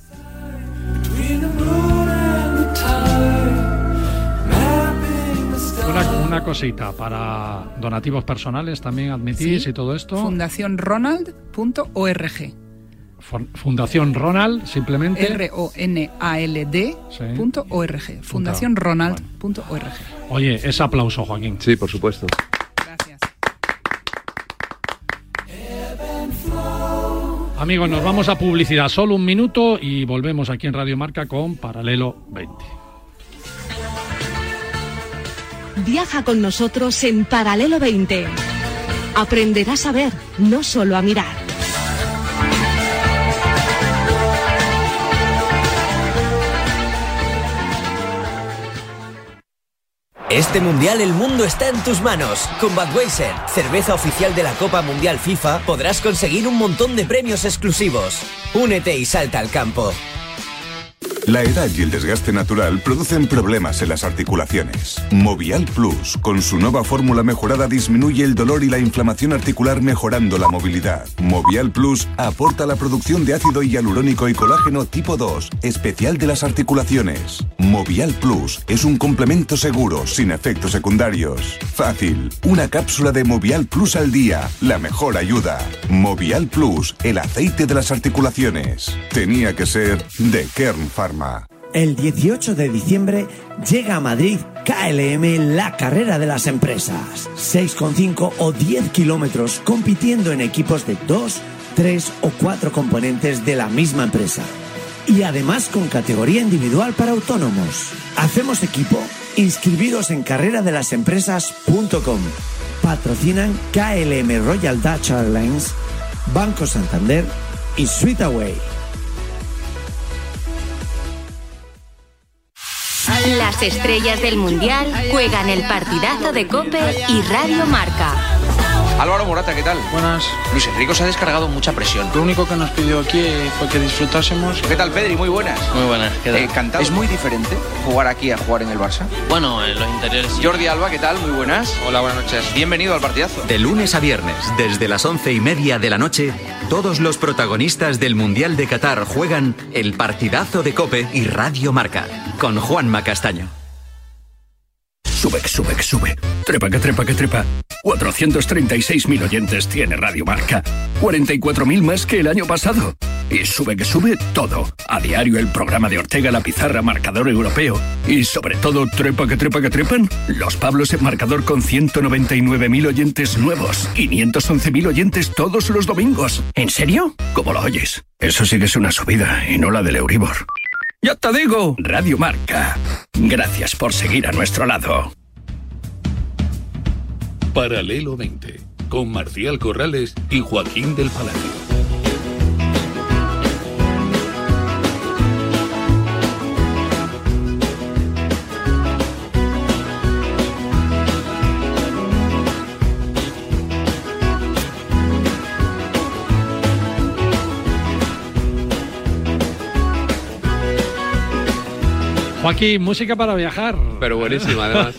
Between the moon and the tide, mapping the stars. Una cosita, para donativos personales también admitís Sí. y todo esto. Fundacionronald.org. Fundación Ronald, simplemente. RONALD.org. Fundacionronald.org. Oye, ese aplauso, Joaquín. Sí, por supuesto. Gracias. Amigos, nos vamos a publicidad. Solo un minuto y volvemos aquí en Radio Marca con Paralelo 20. Viaja con nosotros en Paralelo 20. Aprenderás a ver, no solo a mirar. Este mundial el mundo está en tus manos. Con Budweiser, cerveza oficial de la Copa Mundial FIFA, podrás conseguir un montón de premios exclusivos. Únete y salta al campo. La edad y el desgaste natural producen problemas en las articulaciones. Movial Plus, con su nueva fórmula mejorada, disminuye el dolor y la inflamación articular mejorando la movilidad. Movial Plus aporta la producción de ácido hialurónico y colágeno tipo 2, especial de las articulaciones. Movial Plus es un complemento seguro, sin efectos secundarios. Fácil, una cápsula de Movial Plus al día, la mejor ayuda. Movial Plus, el aceite de las articulaciones. Tenía que ser de Kern Pharma. El 18 de diciembre llega a Madrid KLM, la carrera de las empresas. 6,5 o 10 kilómetros compitiendo en equipos de 2, 3 o 4 componentes de la misma empresa. Y además con categoría individual para autónomos. ¿Hacemos equipo? Inscribiros en carreradelasempresas.com. Patrocinan KLM Royal Dutch Airlines, Banco Santander y Sweetaway. Las estrellas del Mundial juegan el partidazo de COPE y Radio Marca. Álvaro Morata, ¿qué tal? Buenas. Luis Enrique se ha descargado mucha presión. Lo único que nos pidió aquí fue que disfrutásemos. ¿Qué tal, Pedri? Muy buenas. Muy buenas. ¿Qué tal? Encantado. ¿Es muy diferente jugar aquí a jugar en el Barça? Bueno, en los interiores sí. Jordi Alba, ¿qué tal? Muy buenas. Hola, buenas noches. Bienvenido al partidazo. De lunes a viernes, desde las 11:30 de la noche, todos los protagonistas del Mundial de Qatar juegan el partidazo de COPE y Radio Marca, con Juanma Castaño. Sube, que sube, que sube. Trepa, que trepa, que trepa. 436.000 oyentes tiene Radio Marca. 44.000 más que el año pasado. Y sube, que sube todo. A diario el programa de Ortega La Pizarra, Marcador Europeo. Y sobre todo, trepa, que trepan. Los Pablos en Marcador con 199.000 oyentes nuevos. 511.000 oyentes todos los domingos. ¿En serio? ¿Cómo lo oyes? Eso sí que es una subida y no la del Euribor. ¡Ya te digo! Radio Marca. Gracias por seguir a nuestro lado. Paralelo 20, con Marcial Corrales y Joaquín del Palacio. Joaquín, música para viajar. Pero buenísima, además.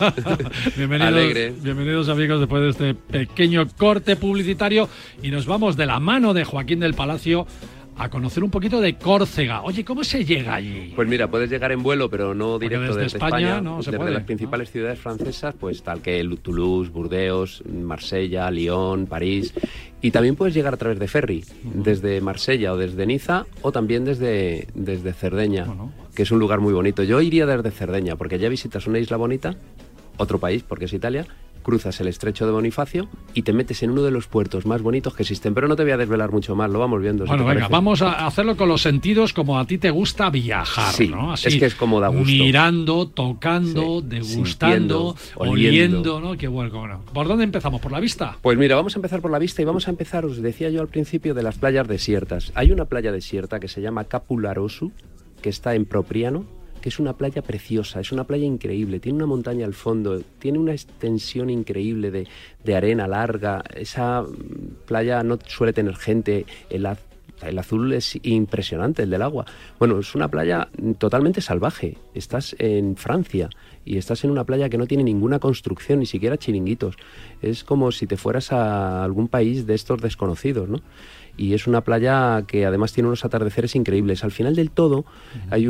Bienvenidos amigos después de este pequeño corte publicitario y nos vamos de la mano de Joaquín del Palacio a conocer un poquito de Córcega. Oye, ¿cómo se llega allí? Pues mira, puedes llegar en vuelo, pero no directo desde España. No se desde puede, las principales ciudades francesas, pues tal que Toulouse, Burdeos, Marsella, Lyon, París. Y también puedes llegar a través de ferry, desde Marsella o desde Niza, o también desde Cerdeña, que es un lugar muy bonito. Yo iría desde Cerdeña, porque ya visitas una isla bonita, otro país, porque es Italia, cruzas el estrecho de Bonifacio y te metes en uno de los puertos más bonitos que existen. Pero no te voy a desvelar mucho más, lo vamos viendo. Bueno, venga, vamos a hacerlo con los sentidos como a ti te gusta viajar, sí, ¿no? Así, es que es como da gusto. Mirando, tocando, sí, degustando, oliendo, ¿no? Qué bueno. ¿Por dónde empezamos? ¿Por la vista? Pues mira, vamos a empezar por la vista y vamos a empezar, os decía yo al principio, de las playas desiertas. Hay una playa desierta que se llama Capularosu, que está en Propriano, que es una playa preciosa, es una playa increíble, tiene una montaña al fondo, tiene una extensión increíble de arena larga, esa playa no suele tener gente, el azul es impresionante, el del agua. Bueno, es una playa totalmente salvaje, estás en Francia y estás en una playa que no tiene ninguna construcción, ni siquiera chiringuitos, es como si te fueras a algún país de estos desconocidos, ¿no? Y es una playa que además tiene unos atardeceres increíbles. Al final del todo hay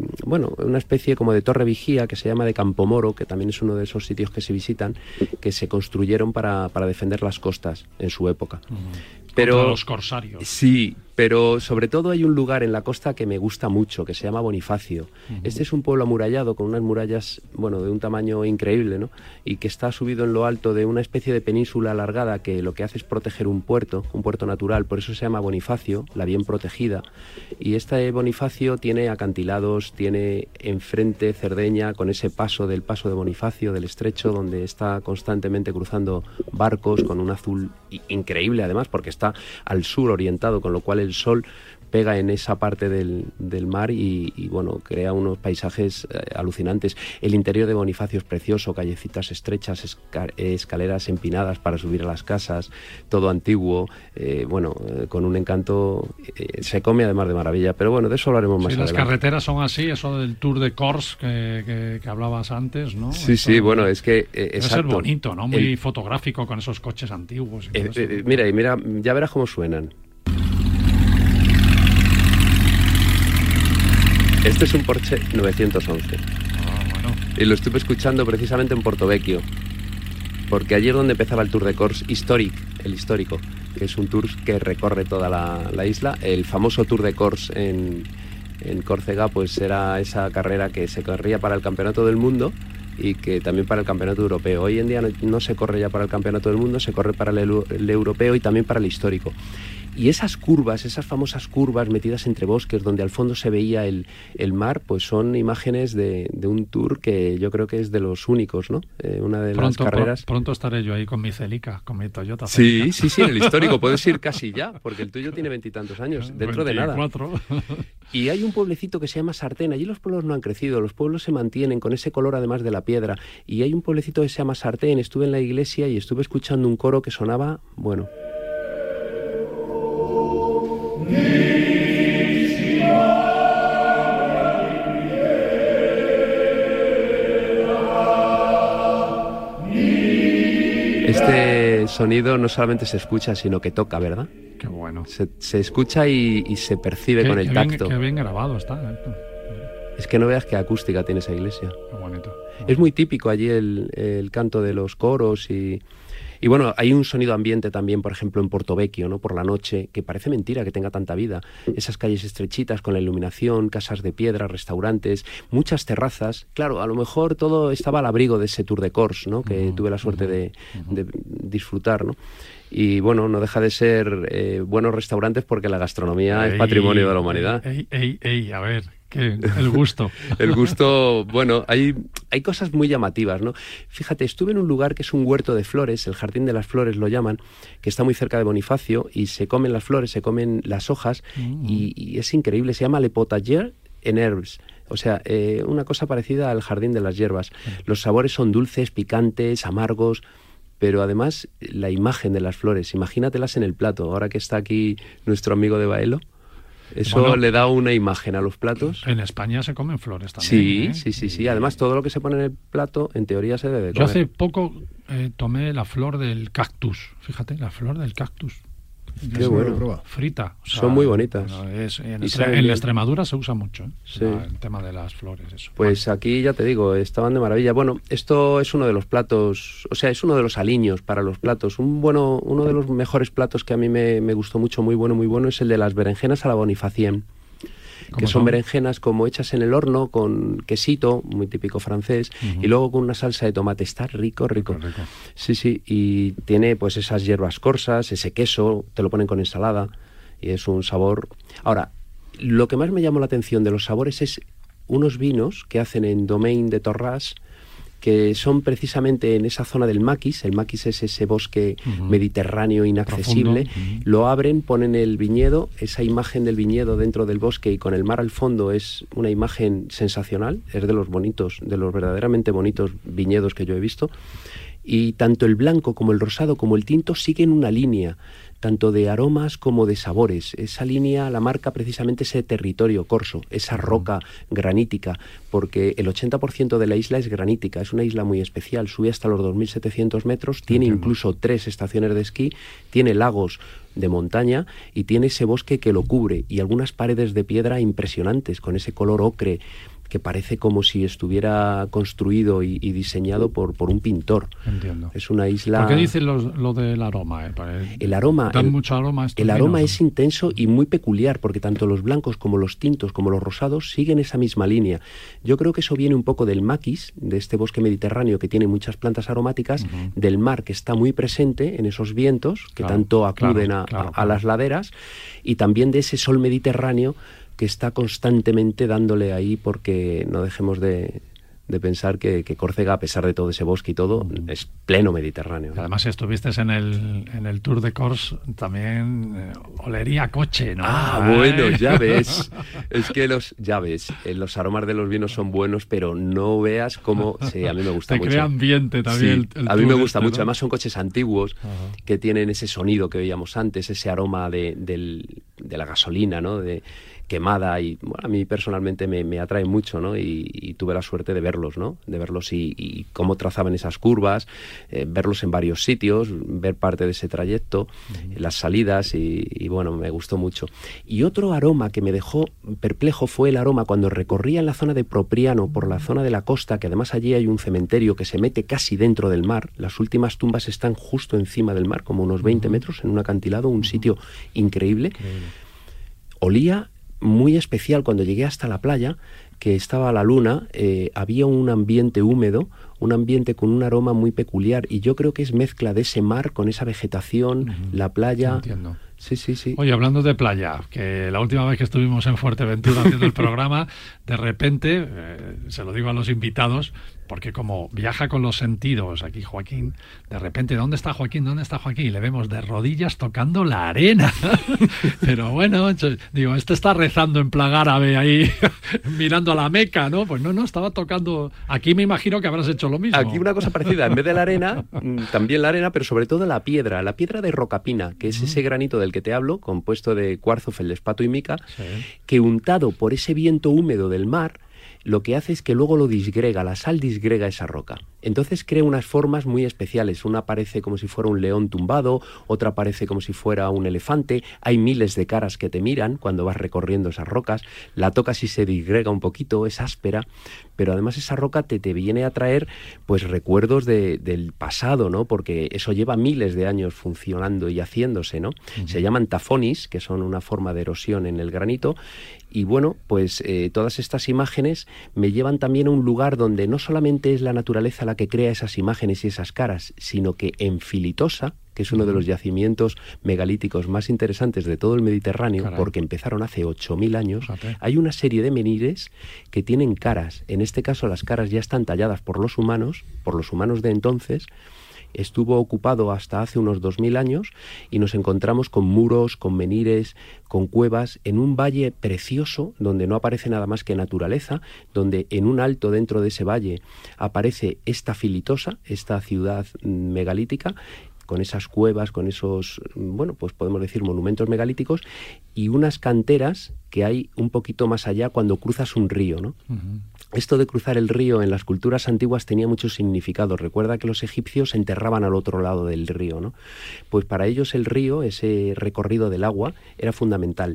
una especie como de torre vigía que se llama de Campomoro, que también es uno de esos sitios que se visitan, que se construyeron para defender las costas en su época. Pero contra los corsarios. Sí, pero sobre todo hay un lugar en la costa que me gusta mucho, que se llama Bonifacio. Este es un pueblo amurallado con unas murallas, de un tamaño increíble, ¿no? Y que está subido en lo alto de una especie de península alargada que lo que hace es proteger un puerto natural, por eso se llama Bonifacio, la bien protegida. Y este Bonifacio tiene acantilados, tiene enfrente Cerdeña con ese paso de Bonifacio, del estrecho, donde está constantemente cruzando barcos con un azul increíble además, porque está al sur orientado, con lo cual el sol pega en esa parte del mar y bueno, crea unos paisajes alucinantes. El interior de Bonifacio es precioso, callecitas estrechas, escaleras empinadas para subir a las casas, todo antiguo, con un encanto, se come además de maravilla, pero bueno, de eso hablaremos más adelante. Las carreteras son así, eso del Tour de Corse que hablabas antes, ¿no? Sí, eso, sí, bueno, es que... debe ser bonito, ¿no? Muy fotográfico con esos coches antiguos. Y todo eso. Mira, ya verás cómo suenan. Este es un Porsche 911. Bueno. Y lo estuve escuchando precisamente en Portovecchio, porque allí es donde empezaba el Tour de Corse el histórico, que es un tour que recorre toda la isla. El famoso Tour de Corse en Córcega, pues era esa carrera que se corría para el Campeonato del Mundo y que también para el Campeonato Europeo. Hoy en día no se corre ya para el Campeonato del Mundo, se corre para el Europeo y también para el histórico. Y esas curvas, esas famosas curvas metidas entre bosques donde al fondo se veía el mar, pues son imágenes de un tour que yo creo que es de los únicos, ¿no? Una de las carreras... Pronto estaré yo ahí con mi Celica, con mi Toyota Celica. Sí, en el histórico puedes ir casi ya, porque el tuyo tiene 20 y tantos años, dentro 24. de nada. Y hay un pueblecito que se llama Sartén. Allí los pueblos no han crecido, los pueblos se mantienen con ese color además de la piedra. Y hay un pueblecito que se llama Sartén. Estuve en la iglesia y estuve escuchando un coro que sonaba, bueno... Este sonido no solamente se escucha, sino que toca, ¿verdad? Qué bueno. Se escucha y se percibe con el tacto. Qué bien grabado está. Es que no veas qué acústica tiene esa iglesia. Qué bonito. Es muy típico allí el canto de los coros y bueno, hay un sonido ambiente también, por ejemplo, en Portovecchio, ¿no? Por la noche, que parece mentira que tenga tanta vida. Esas calles estrechitas con la iluminación, casas de piedra, restaurantes, muchas terrazas. Claro, a lo mejor todo estaba al abrigo de ese Tour de Corse, ¿no? Que tuve la suerte de disfrutar, ¿no? Y bueno, no deja de ser buenos restaurantes porque la gastronomía es patrimonio de la humanidad. A ver, el gusto. El gusto, bueno, hay cosas muy llamativas, ¿no? Fíjate, estuve en un lugar que es un huerto de flores, el Jardín de las Flores lo llaman, que está muy cerca de Bonifacio, y se comen las flores, se comen las hojas, y es increíble, se llama Le Potager en Herbes. O sea, una cosa parecida al Jardín de las Hierbas. Los sabores son dulces, picantes, amargos, pero además la imagen de las flores, imagínatelas en el plato. Ahora que está aquí nuestro amigo de Baelo, eso le da una imagen a los platos. En España se comen flores también. Sí. Además, todo lo que se pone en el plato, en teoría, se debe comer. Yo hace poco tomé la flor del cactus. Fíjate, la flor del cactus. Qué bueno. Frita. O sea, son muy bonitas. En la Extremadura se usa mucho, el tema de las flores. Eso. Pues aquí ya te digo, estaban de maravilla. Bueno, esto es uno de los platos, o sea, es uno de los aliños para los platos. Uno de los mejores platos que a mí me gustó mucho, muy bueno, es el de las berenjenas a la Bonifacienne. Que son berenjenas como hechas en el horno con quesito, muy típico francés, y luego con una salsa de tomate. Está rico. Sí, y tiene pues esas hierbas corsas, ese queso, te lo ponen con ensalada, y es un sabor... Ahora, lo que más me llamó la atención de los sabores es unos vinos que hacen en Domaine de Torras, que son precisamente en esa zona del maquis. El maquis es ese bosque mediterráneo inaccesible. Lo abren, ponen el viñedo, esa imagen del viñedo dentro del bosque y con el mar al fondo es una imagen sensacional. Es de los bonitos, de los verdaderamente bonitos viñedos que yo he visto. Y tanto el blanco como el rosado como el tinto siguen una línea, tanto de aromas como de sabores. Esa línea la marca precisamente ese territorio corso, esa roca granítica, porque el 80% de la isla es granítica, es una isla muy especial, sube hasta los 2.700 metros, tiene incluso 3 estaciones de esquí, tiene lagos de montaña y tiene ese bosque que lo cubre y algunas paredes de piedra impresionantes con ese color ocre que parece como si estuviera construido y diseñado por un pintor. Entiendo. Es una isla... ¿Por qué dices lo del aroma? El aroma... ¿Dan mucho aroma estos El aroma vinos? Es intenso y muy peculiar, porque tanto los blancos como los tintos, como los rosados, siguen esa misma línea. Yo creo que eso viene un poco del maquis, de este bosque mediterráneo que tiene muchas plantas aromáticas, del mar que está muy presente en esos vientos, que tanto acuden a las laderas, y también de ese sol mediterráneo que está constantemente dándole ahí, porque no dejemos de de pensar que Córcega, a pesar de todo ese bosque y todo, es pleno Mediterráneo. Además, si estuviste en el Tour de Corse, también olería a coche, ¿no? Bueno, ya ves. Es que los aromas de los vinos son buenos, pero no veas cómo... Sí, a mí me gusta mucho. Te crea ambiente también. Sí, a mí me gusta mucho. Además, son coches antiguos que tienen ese sonido que veíamos antes, ese aroma de la gasolina, ¿no? Quemada, y bueno, a mí personalmente me atrae mucho, ¿no? Y tuve la suerte de verlos, ¿no? De verlos y cómo trazaban esas curvas, verlos en varios sitios, ver parte de ese trayecto, las salidas y bueno, me gustó mucho. Y otro aroma que me dejó perplejo fue el aroma cuando recorría en la zona de Propriano, por la zona de la costa, que además allí hay un cementerio que se mete casi dentro del mar. Las últimas tumbas están justo encima del mar, como unos 20 metros, en un acantilado, un sitio increíble. Olía muy especial cuando llegué hasta la playa, que estaba a la luna, había un ambiente húmedo, un ambiente con un aroma muy peculiar, y yo creo que es mezcla de ese mar con esa vegetación, la playa. Entiendo. Sí. Oye, hablando de playa, que la última vez que estuvimos en Fuerteventura haciendo el programa, de repente, se lo digo a los invitados, porque como viaja con los sentidos aquí Joaquín, de repente, ¿dónde está Joaquín? ¿Dónde está Joaquín? Y le vemos de rodillas tocando la arena. Pero bueno, digo, este está rezando en plaga árabe ahí, mirando a la Meca, ¿no? Pues no, estaba tocando... Aquí me imagino que habrás hecho lo mismo. Aquí una cosa parecida, en vez de la arena, también la arena, pero sobre todo la piedra de rocapina, que es ese granito del que te hablo, compuesto de cuarzo, feldespato y mica, que untado por ese viento húmedo del mar, lo que hace es que luego lo disgrega, la sal disgrega esa roca. Entonces crea unas formas muy especiales. Una parece como si fuera un león tumbado, otra parece como si fuera un elefante. Hay miles de caras que te miran cuando vas recorriendo esas rocas. La tocas y se disgrega un poquito, es áspera, pero además esa roca te viene a traer pues recuerdos del pasado, ¿no? Porque eso lleva miles de años funcionando y haciéndose, ¿no? Se llaman tafonis, que son una forma de erosión en el granito. Y bueno, pues todas estas imágenes me llevan también a un lugar donde no solamente es la naturaleza la que crea esas imágenes y esas caras, sino que en Filitosa, que es uno de los yacimientos megalíticos más interesantes de todo el Mediterráneo, porque empezaron hace 8.000 años, hay una serie de menhires que tienen caras. En este caso las caras ya están talladas por los humanos de entonces. Estuvo ocupado hasta hace unos 2.000 años y nos encontramos con muros, con menhires, con cuevas, en un valle precioso donde no aparece nada más que naturaleza, donde en un alto dentro de ese valle aparece esta Filitosa, esta ciudad megalítica, con esas cuevas, con esos, bueno, pues podemos decir monumentos megalíticos, y unas canteras que hay un poquito más allá cuando cruzas un río, ¿no? Esto de cruzar el río en las culturas antiguas tenía muchos significados. Recuerda que los egipcios se enterraban al otro lado del río, ¿no? Pues para ellos el río, ese recorrido del agua, era fundamental.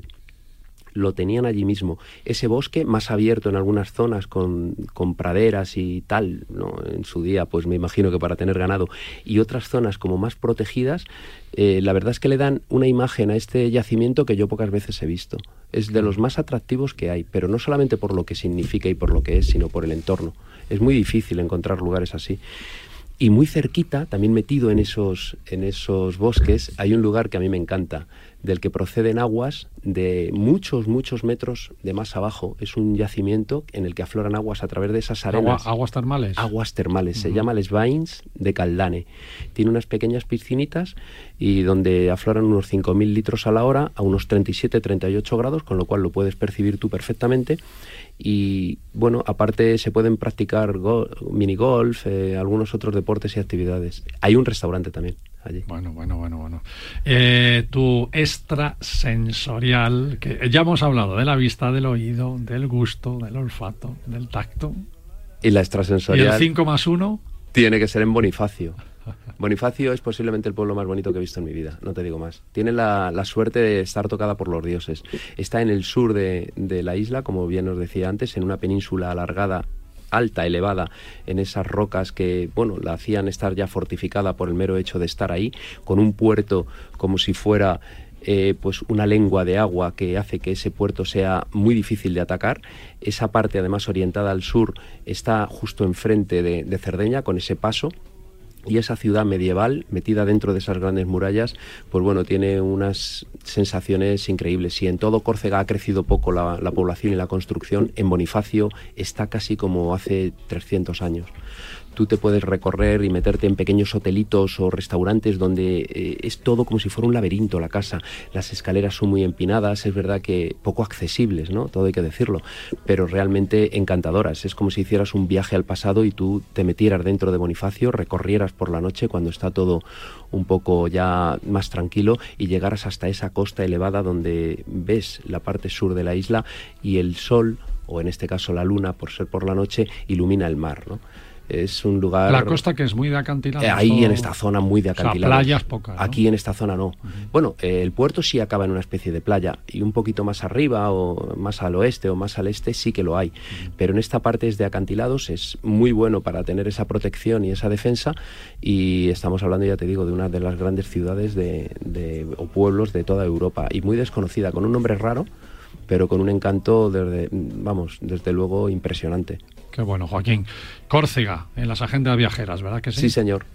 Lo tenían allí mismo. Ese bosque más abierto en algunas zonas con praderas y tal, ¿no? En su día, pues me imagino que para tener ganado, y otras zonas como más protegidas, la verdad es que le dan una imagen a este yacimiento que yo pocas veces he visto. Es de los más atractivos que hay, pero no solamente por lo que significa y por lo que es, sino por el entorno. Es muy difícil encontrar lugares así. Y muy cerquita, también metido en esos bosques, hay un lugar que a mí me encanta, del que proceden aguas de muchos metros de más abajo. Es un yacimiento en el que afloran aguas a través de esas arenas. ¿Aguas termales? Aguas termales. Se llama Les Bains de Caldane. Tiene unas pequeñas piscinitas y donde afloran unos 5.000 litros a la hora a unos 37-38 grados, con lo cual lo puedes percibir tú perfectamente. Y bueno, aparte se pueden practicar minigolf, algunos otros deportes y actividades. Hay un restaurante también allí. Bueno. Tu extrasensorial, que ya hemos hablado de la vista, del oído, del gusto, del olfato, del tacto. Y la extrasensorial. ¿Y el 5 más 1? Tiene que ser en Bonifacio. Bonifacio es posiblemente el pueblo más bonito que he visto en mi vida, no te digo más. Tiene la suerte de estar tocada por los dioses. Está en el sur de la isla, como bien os decía antes, en una península alargada, alta, elevada, en esas rocas que, bueno, la hacían estar ya fortificada por el mero hecho de estar ahí, con un puerto como si fuera pues una lengua de agua que hace que ese puerto sea muy difícil de atacar. Esa parte, además orientada al sur, está justo enfrente de Cerdeña, con ese paso. Y esa ciudad medieval, metida dentro de esas grandes murallas, pues bueno, tiene unas sensaciones increíbles. Si en todo Córcega ha crecido poco la población y la construcción, en Bonifacio está casi como hace 300 años. Tú te puedes recorrer y meterte en pequeños hotelitos o restaurantes donde es todo como si fuera un laberinto la casa. Las escaleras son muy empinadas, es verdad que poco accesibles, ¿no? Todo hay que decirlo, pero realmente encantadoras. Es como si hicieras un viaje al pasado y tú te metieras dentro de Bonifacio, recorrieras por la noche cuando está todo un poco ya más tranquilo y llegaras hasta esa costa elevada donde ves la parte sur de la isla y el sol, o en este caso la luna, por ser por la noche, ilumina el mar, ¿no? Es un lugar... La costa que es muy de acantilados. Ahí en esta zona muy de acantilados. O sea, playas pocas, ¿no? Aquí en esta zona no. Bueno, el puerto sí acaba en una especie de playa y un poquito más arriba o más al oeste o más al este sí que lo hay. Pero en esta parte es de acantilados, es muy bueno para tener esa protección y esa defensa y estamos hablando, ya te digo, de una de las grandes ciudades o pueblos de toda Europa y muy desconocida, con un nombre raro, pero con un encanto desde luego impresionante. Qué bueno, Joaquín. Córcega, en las agendas viajeras, ¿verdad que sí? Sí, señor.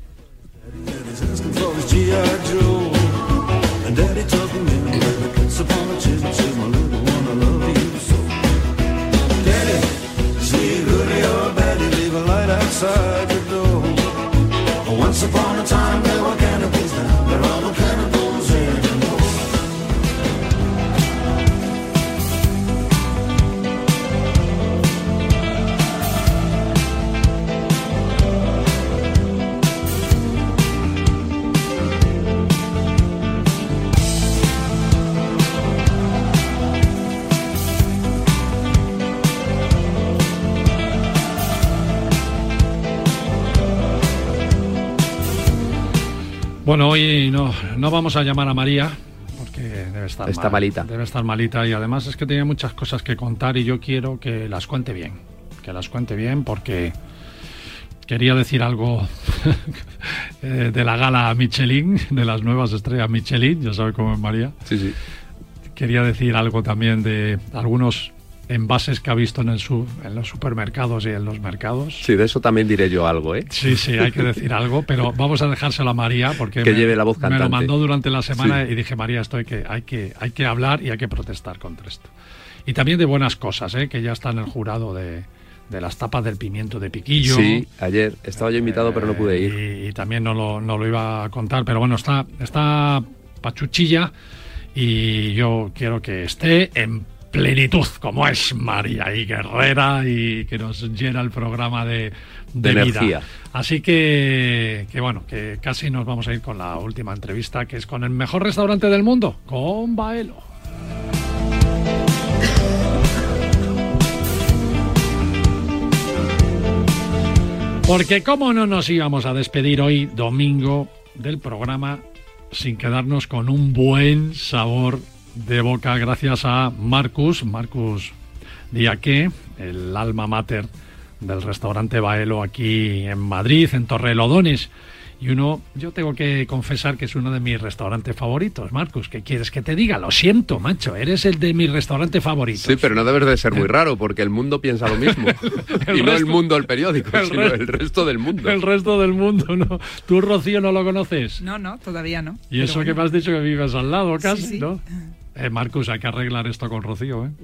Bueno, hoy no vamos a llamar a María porque debe estar malita. Debe estar malita y además es que tenía muchas cosas que contar y yo quiero que las cuente bien. Que las cuente bien porque quería decir algo de la gala Michelin, de las nuevas estrellas Michelin, ya sabe cómo es María. Sí, sí. Quería decir algo también de algunos envases que ha visto en los supermercados y en los mercados. Sí, de eso también diré yo algo, ¿eh? Sí, hay que decir algo, pero vamos a dejárselo a María porque lleve la voz cantante. Me lo mandó durante la semana sí. Y dije, María, hay que hablar y hay que protestar contra esto. Y también de buenas cosas, que ya está en el jurado de las tapas del pimiento de piquillo. Sí, ayer estaba yo invitado pero no pude ir. Y también no lo iba a contar, pero bueno, está pachuchilla y yo quiero que esté en plenitud, como es María y guerrera y que nos llena el programa de energía. Vida. Así que bueno, que casi nos vamos a ir con la última entrevista, que es con el mejor restaurante del mundo, con Baelo. Porque cómo no nos íbamos a despedir hoy, domingo, del programa sin quedarnos con un buen sabor de boca gracias a Marcus Diaqué, el alma mater del restaurante Baelo aquí en Madrid, en Torrelodones. Y yo tengo que confesar que es uno de mis restaurantes favoritos. Marcus, ¿qué quieres que te diga? Lo siento, macho, eres el de mis restaurantes favoritos. Sí, pero no debes de ser muy raro, porque el mundo piensa lo mismo. No el mundo, el periódico, sino el resto del mundo. El resto del mundo, ¿no? ¿Tú, Rocío, no lo conoces? No, todavía no. Y eso que me has dicho que vives al lado casi, sí. ¿no? Marcus, hay que arreglar esto con Rocío, ¿eh?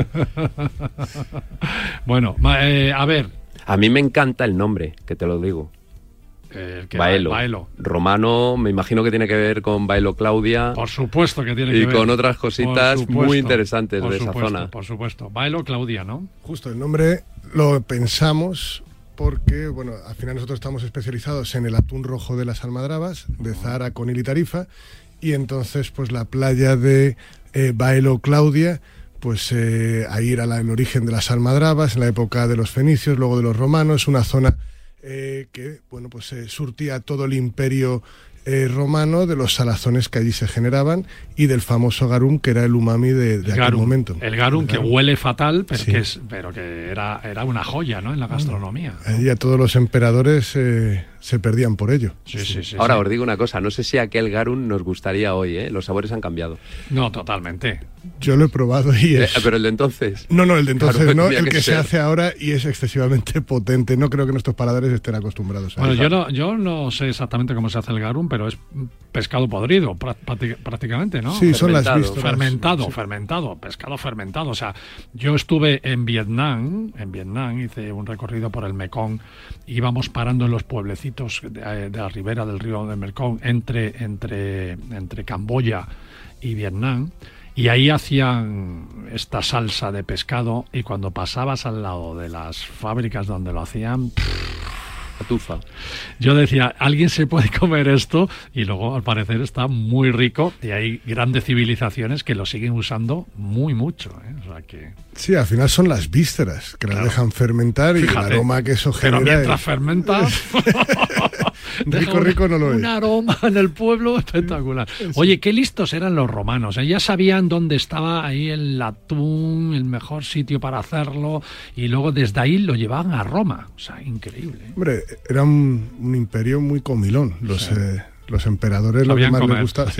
Bueno, a ver. A mí me encanta el nombre, que te lo digo. Baelo. Romano, me imagino que tiene que ver con Baelo Claudia. Por supuesto que tiene que ver. Y con otras cositas muy interesantes de esa zona. Por supuesto. Baelo Claudia, ¿no? Justo, el nombre lo pensamos porque, bueno, al final nosotros estamos especializados en el atún rojo de las almadrabas, de Zahara, Conil y Tarifa, y entonces pues la playa de Baelo Claudia, pues ahí era el origen de las almadrabas, en la época de los fenicios, luego de los romanos, una zona que, bueno, pues surtía todo el imperio romano de los salazones que allí se generaban y del famoso garum, que era el umami de aquel momento. El garum, que huele fatal, pero que era una joya, ¿no?, en la gastronomía. Ya todos los emperadores se perdían por ello. Sí. Ahora os digo una cosa, no sé si aquel garum nos gustaría hoy, ¿eh? Los sabores han cambiado. No, totalmente. Yo lo he probado y es... Pero el de entonces... No, el de entonces claro, no, el que ser. se hace ahora, y es excesivamente potente. No creo que nuestros paladares estén acostumbrados a eso. Bueno, yo no sé exactamente cómo se hace el garum, pero es pescado podrido, prácticamente, ¿no? Sí, son las vísceras. Fermentado, pescado fermentado. O sea, yo estuve en Vietnam, hice un recorrido por el Mekong, íbamos parando en los pueblecitos de la ribera del río del Mekong, entre Camboya y Vietnam, y ahí hacían esta salsa de pescado, y cuando pasabas al lado de las fábricas donde lo hacían... Tufa. Yo decía, ¿alguien se puede comer esto? Y luego, al parecer, está muy rico, y hay grandes civilizaciones que lo siguen usando muy mucho, ¿eh? O sea que... Sí, al final son las vísceras que las dejan fermentar. Fíjate, y el aroma que eso genera... Pero mientras fermenta... rico no lo es. Un aroma en el pueblo espectacular. Oye, qué listos eran los romanos, ¿eh? Ya sabían dónde estaba ahí el atún, el mejor sitio para hacerlo, y luego desde ahí lo llevaban a Roma. O sea, increíble. Hombre, era un imperio muy comilón. Los emperadores lo que más les gustaba.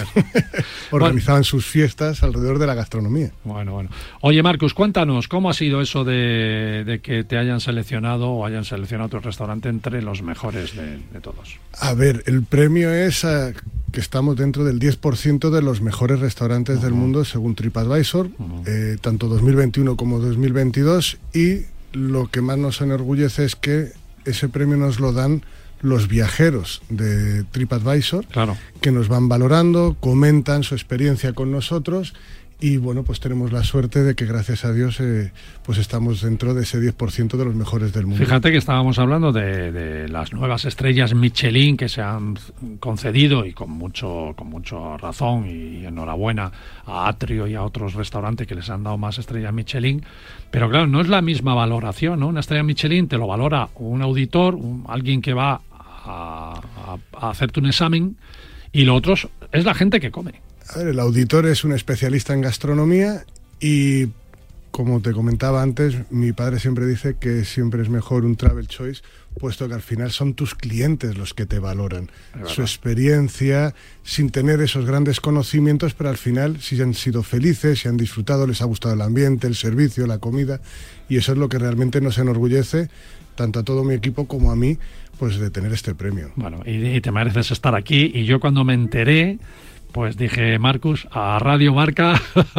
Organizaban sus fiestas alrededor de la gastronomía. Bueno. Oye, Marcus, cuéntanos, ¿cómo ha sido eso de que te hayan seleccionado o hayan seleccionado tu restaurante entre los mejores de todos? A ver, el premio es que estamos dentro del 10% de los mejores restaurantes del mundo según TripAdvisor, tanto 2021 como 2022, y lo que más nos enorgullece es que ese premio nos lo dan los viajeros de TripAdvisor, que nos van valorando, comentan su experiencia con nosotros, y bueno, pues tenemos la suerte de que, gracias a Dios, pues estamos dentro de ese 10% de los mejores del mundo. Fíjate que estábamos hablando de las nuevas estrellas Michelin que se han concedido, y con mucho razón, y enhorabuena a Atrio y a otros restaurantes que les han dado más estrellas Michelin, pero claro, no es la misma valoración, ¿no? Una estrella Michelin te lo valora un auditor, alguien que va a hacerte un examen, y lo otro es la gente que come. A ver, el auditor es un especialista en gastronomía, y como te comentaba antes, mi padre siempre dice que siempre es mejor un travel choice, puesto que al final son tus clientes los que te valoran su experiencia, sin tener esos grandes conocimientos, pero al final si han sido felices, si han disfrutado, les ha gustado el ambiente, el servicio, la comida, y eso es lo que realmente nos enorgullece, tanto a todo mi equipo como a mí, pues de tener este premio. Bueno, y te mereces estar aquí, y yo cuando me enteré, pues dije, Marcus, a Radio Marca,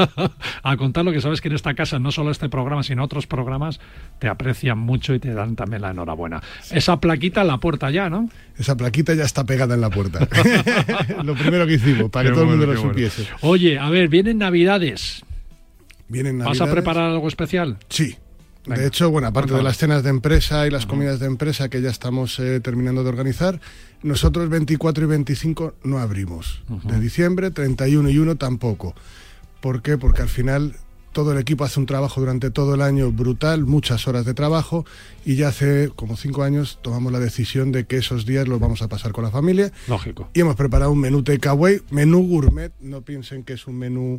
a contar lo que sabes, que en esta casa, no solo este programa, sino otros programas, te aprecian mucho y te dan también la enhorabuena. Esa plaquita en la puerta ya, ¿no? Esa plaquita ya está pegada en la puerta. Lo primero que hicimos, para que todo el mundo lo supiese. Oye, a ver, vienen Navidades. ¿Vas a preparar algo especial? Sí. Venga, de hecho, bueno, aparte de las cenas de empresa y las comidas de empresa que ya estamos terminando de organizar, nosotros 24 y 25 no abrimos. De diciembre, 31 y 1 tampoco. ¿Por qué? Porque al final todo el equipo hace un trabajo durante todo el año brutal, muchas horas de trabajo, y ya hace como 5 años tomamos la decisión de que esos días los vamos a pasar con la familia. Lógico. Y hemos preparado un menú takeaway, menú gourmet, no piensen que es un menú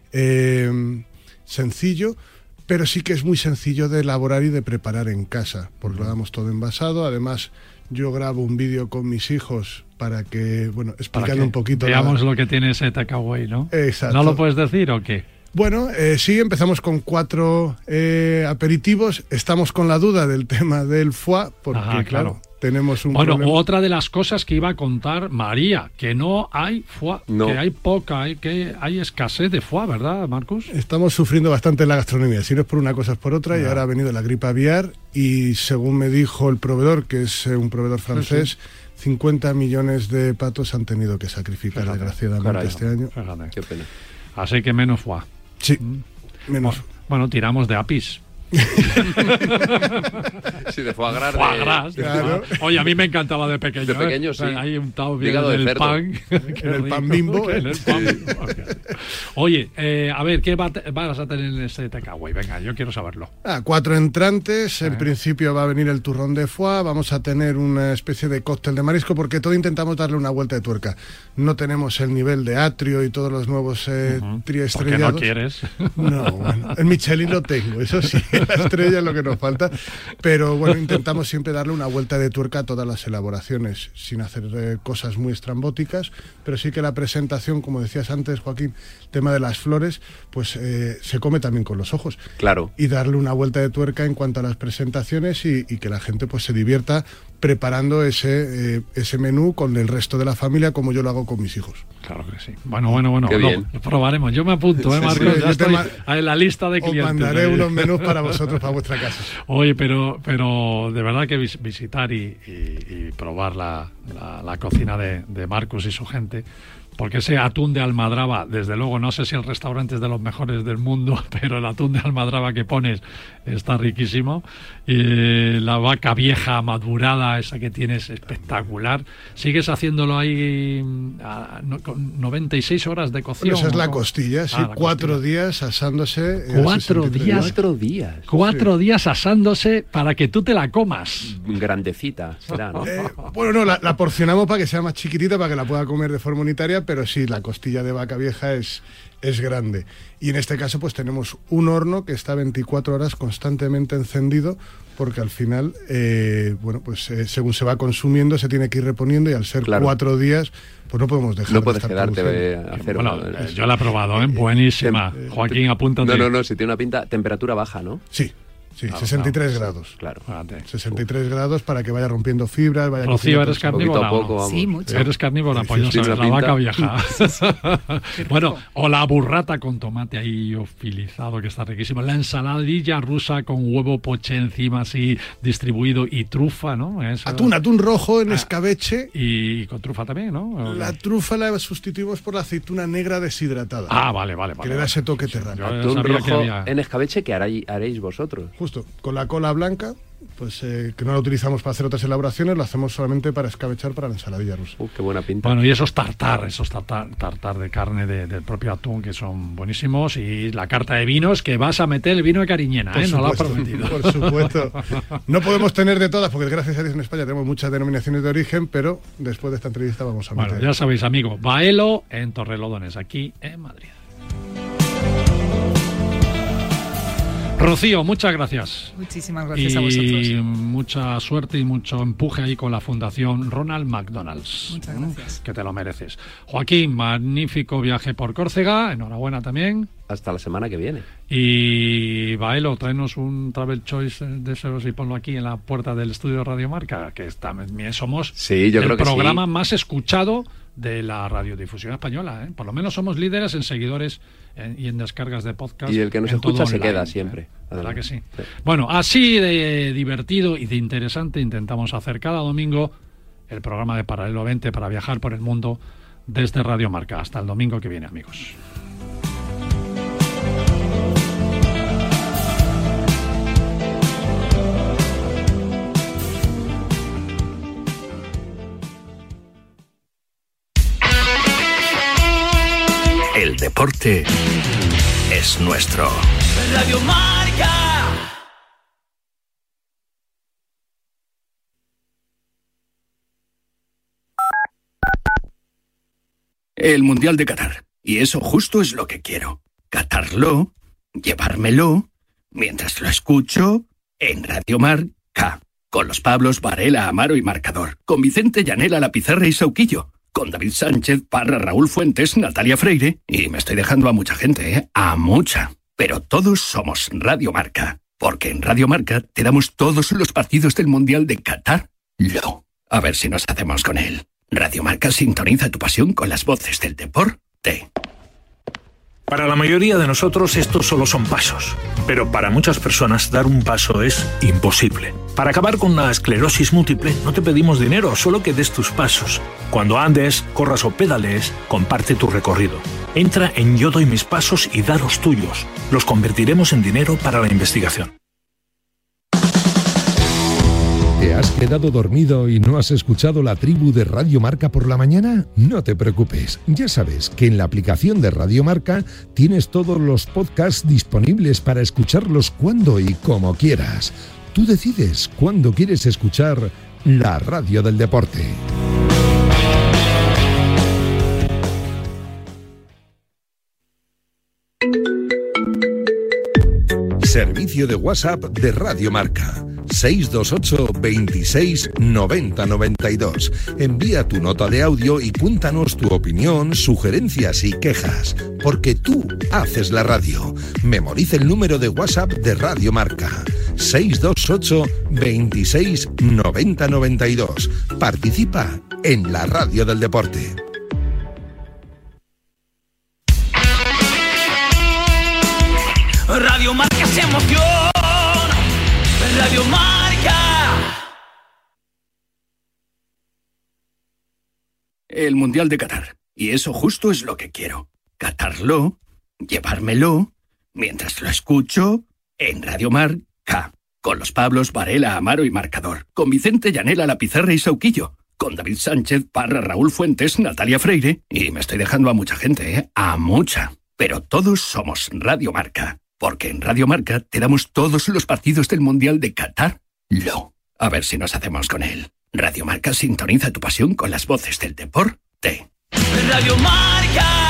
sencillo, pero sí que es muy sencillo de elaborar y de preparar en casa, porque lo damos todo envasado. Además, yo grabo un vídeo con mis hijos para que, bueno, explicando un poquito... Veamos lo que tiene ese takeaway, ¿no? Exacto. ¿No lo puedes decir o qué? Bueno, sí, empezamos con 4 aperitivos. Estamos con la duda del tema del foie, porque claro, tenemos un problema. Otra de las cosas que iba a contar María, que no hay foie, que hay poca, que hay escasez de foie, ¿verdad, Marcus? Estamos sufriendo bastante en la gastronomía, si no es por una cosa es por otra, y ahora ha venido la gripe aviar, y según me dijo el proveedor, que es un proveedor francés, 50 millones de patos han tenido que sacrificar, desgraciadamente, este año. Qué pena. Así que menos foie. Sí, menos. Bueno, tiramos de apis. Sí, de foie gras. Foie gras. Claro. Oye, a mí me encantaba de pequeño. De pequeño, sí. Ahí untado bien Hígado de en el cerdo. pan. En el pan Bimbo. En el pan Bimbo. Oye, a ver, ¿qué vas a tener en ese takeaway? Venga, yo quiero saberlo. 4 entrantes. En principio va a venir el turrón de foie. Vamos a tener una especie de cóctel de marisco, porque todo intentamos darle una vuelta de tuerca. No tenemos el nivel de Atrio y todos los nuevos triestrellados. Porque no quieres. No, bueno, el Michelin lo tengo, eso sí, la estrella es lo que nos falta. Pero bueno, intentamos siempre darle una vuelta de tuerca a todas las elaboraciones, sin hacer cosas muy estrambóticas, pero sí que la presentación, como decías antes, Joaquín, tema de las flores, pues se come también con los ojos. Claro. Y darle una vuelta de tuerca en cuanto a las presentaciones y que la gente pues se divierta preparando ese menú con el resto de la familia, como yo lo hago con mis hijos. Claro que sí. Bueno, Qué bien. lo probaremos. Yo me apunto, Marcos, Sí, ya estoy en la lista de Os clientes. mandaré unos menús para vosotros, para vuestra casa. Oye, pero de verdad que visitar y probar la cocina de Marcus y su gente, porque ese atún de almadraba, desde luego, no sé si el restaurante es de los mejores del mundo, pero el atún de almadraba que pones está riquísimo. Y la vaca vieja madurada, esa que tienes, espectacular. ¿Sigues haciéndolo ahí con 96 horas de cocción? Bueno, esa es la ¿no? costilla, sí, La 4 costilla. días asándose. 4 días. 4 días. 4 días asándose para que tú te la comas. Grandecita será, ¿no? Bueno, no, la porcionamos para que sea más chiquitita, para que la pueda comer de forma unitaria, pero sí, la costilla de vaca vieja es grande. Y en este caso pues tenemos un horno que está 24 horas constantemente encendido, porque al final, según se va consumiendo, se tiene que ir reponiendo, y al ser 4 días, pues no podemos dejar No de puedes estar quedarte produciendo. a hacer Bueno, yo la he probado, buenísima. Joaquín, apúntate. No, si tiene una pinta, temperatura baja, ¿no? Sí, 63 grados. Claro. 63 grados para que vaya rompiendo fibras, vaya... Rocío, ¿eres carnívora? Poquito a poco, ¿no? vamos. Sí, mucho. Eres carnívora, pues ya Sí, sabes, una la vaca pinta. vieja. Bueno, o la burrata con tomate ahí ofilizado, que está riquísimo. La ensaladilla rusa con huevo poché encima, así distribuido, y trufa, ¿no? Eso. Atún rojo en escabeche. Y con trufa también, ¿no? La trufa la sustituimos por la aceituna negra deshidratada. Ah, vale. Que le da ese toque terrano. Yo Atún sabía que rojo había- en escabeche, que haréis vosotros. Justo, con la cola blanca, pues que no la utilizamos para hacer otras elaboraciones, lo hacemos solamente para escabechar para la ensaladilla rusa. Qué buena pinta. Bueno, y esos tartar de carne del propio atún, que son buenísimos, y la carta de vinos, que vas a meter el vino de Cariñena, Por no lo has supuesto, prometido. por supuesto. No podemos tener de todas, porque gracias a Dios en España tenemos muchas denominaciones de origen, pero después de esta entrevista vamos a meter. Bueno, ya sabéis, amigo, Baelo en Torrelodones, aquí en Madrid. Rocío, muchas gracias. Muchísimas gracias Y a vosotros. mucha suerte y mucho empuje ahí con la Fundación Ronald McDonald's. Muchas gracias. Que te lo mereces. Joaquín, magnífico viaje por Córcega, enhorabuena también. Hasta la semana que viene. Y Baelo, tráenos un Travel Choice de esos y ponlo aquí en la puerta del estudio de Radio Marca, que también somos Sí, yo el creo que programa sí. más escuchado de la radiodifusión española, ¿eh? Por lo menos somos líderes en seguidores y en descargas de podcast. Y el que nos en todo escucha se online, queda siempre. ¿Verdad que sí? Sí. Bueno, así de divertido y de interesante intentamos hacer cada domingo el programa de Paralelo 20 para viajar por el mundo desde Radio Marca. Hasta el domingo que viene, amigos. El deporte es nuestro. Radio Marca. El Mundial de Qatar. Y eso justo es lo que quiero. Catarlo, llevármelo, mientras lo escucho en Radio Marca. Con los Pablos, Varela, Amaro y Marcador. Con Vicente Llanela, La Pizarra y Sauquillo. Con David Sánchez, Parra, Raúl Fuentes, Natalia Freire. Y me estoy dejando a mucha gente, ¿eh? A mucha. Pero todos somos Radio Marca. Porque en Radio Marca te damos todos los partidos del Mundial de Qatar. A ver si nos hacemos con él. Radio Marca sintoniza tu pasión con las voces del deporte. Para la mayoría de nosotros estos solo son pasos, pero para muchas personas dar un paso es imposible. Para acabar con la esclerosis múltiple no te pedimos dinero, solo que des tus pasos. Cuando andes, corras o pedalees, comparte tu recorrido. Entra en Yo doy mis pasos y da los tuyos. Los convertiremos en dinero para la investigación. has quedado dormido y no has escuchado La Tribu de Radio Marca por la mañana? No te preocupes, ya sabes que en la aplicación de Radio Marca tienes todos los podcasts disponibles para escucharlos cuando y como quieras. Tú decides cuándo quieres escuchar la radio del deporte. Servicio de WhatsApp de Radio Marca. 628 26 90 92. Envía tu nota de audio y cuéntanos tu opinión, sugerencias y quejas, porque tú haces la radio. Memoriza el número de WhatsApp de Radio Marca. 628 26 90 92. Participa en la radio del deporte. Radio Marca se emoción. Radio Marca. El Mundial de Qatar. Y eso justo es lo que quiero. Catarlo, llevármelo, mientras lo escucho en Radio Marca. Con los Pablos, Varela, Amaro y Marcador. Con Vicente Llanela, La Pizarra y Sauquillo. Con David Sánchez, Parra, Raúl Fuentes, Natalia Freire. Y me estoy dejando a mucha gente, ¿eh? A mucha. Pero todos somos Radio Marca. Porque en Radio Marca te damos todos los partidos del Mundial de Qatar. A ver si nos hacemos con él. Radio Marca sintoniza tu pasión con las voces del deporte. Radio Marca.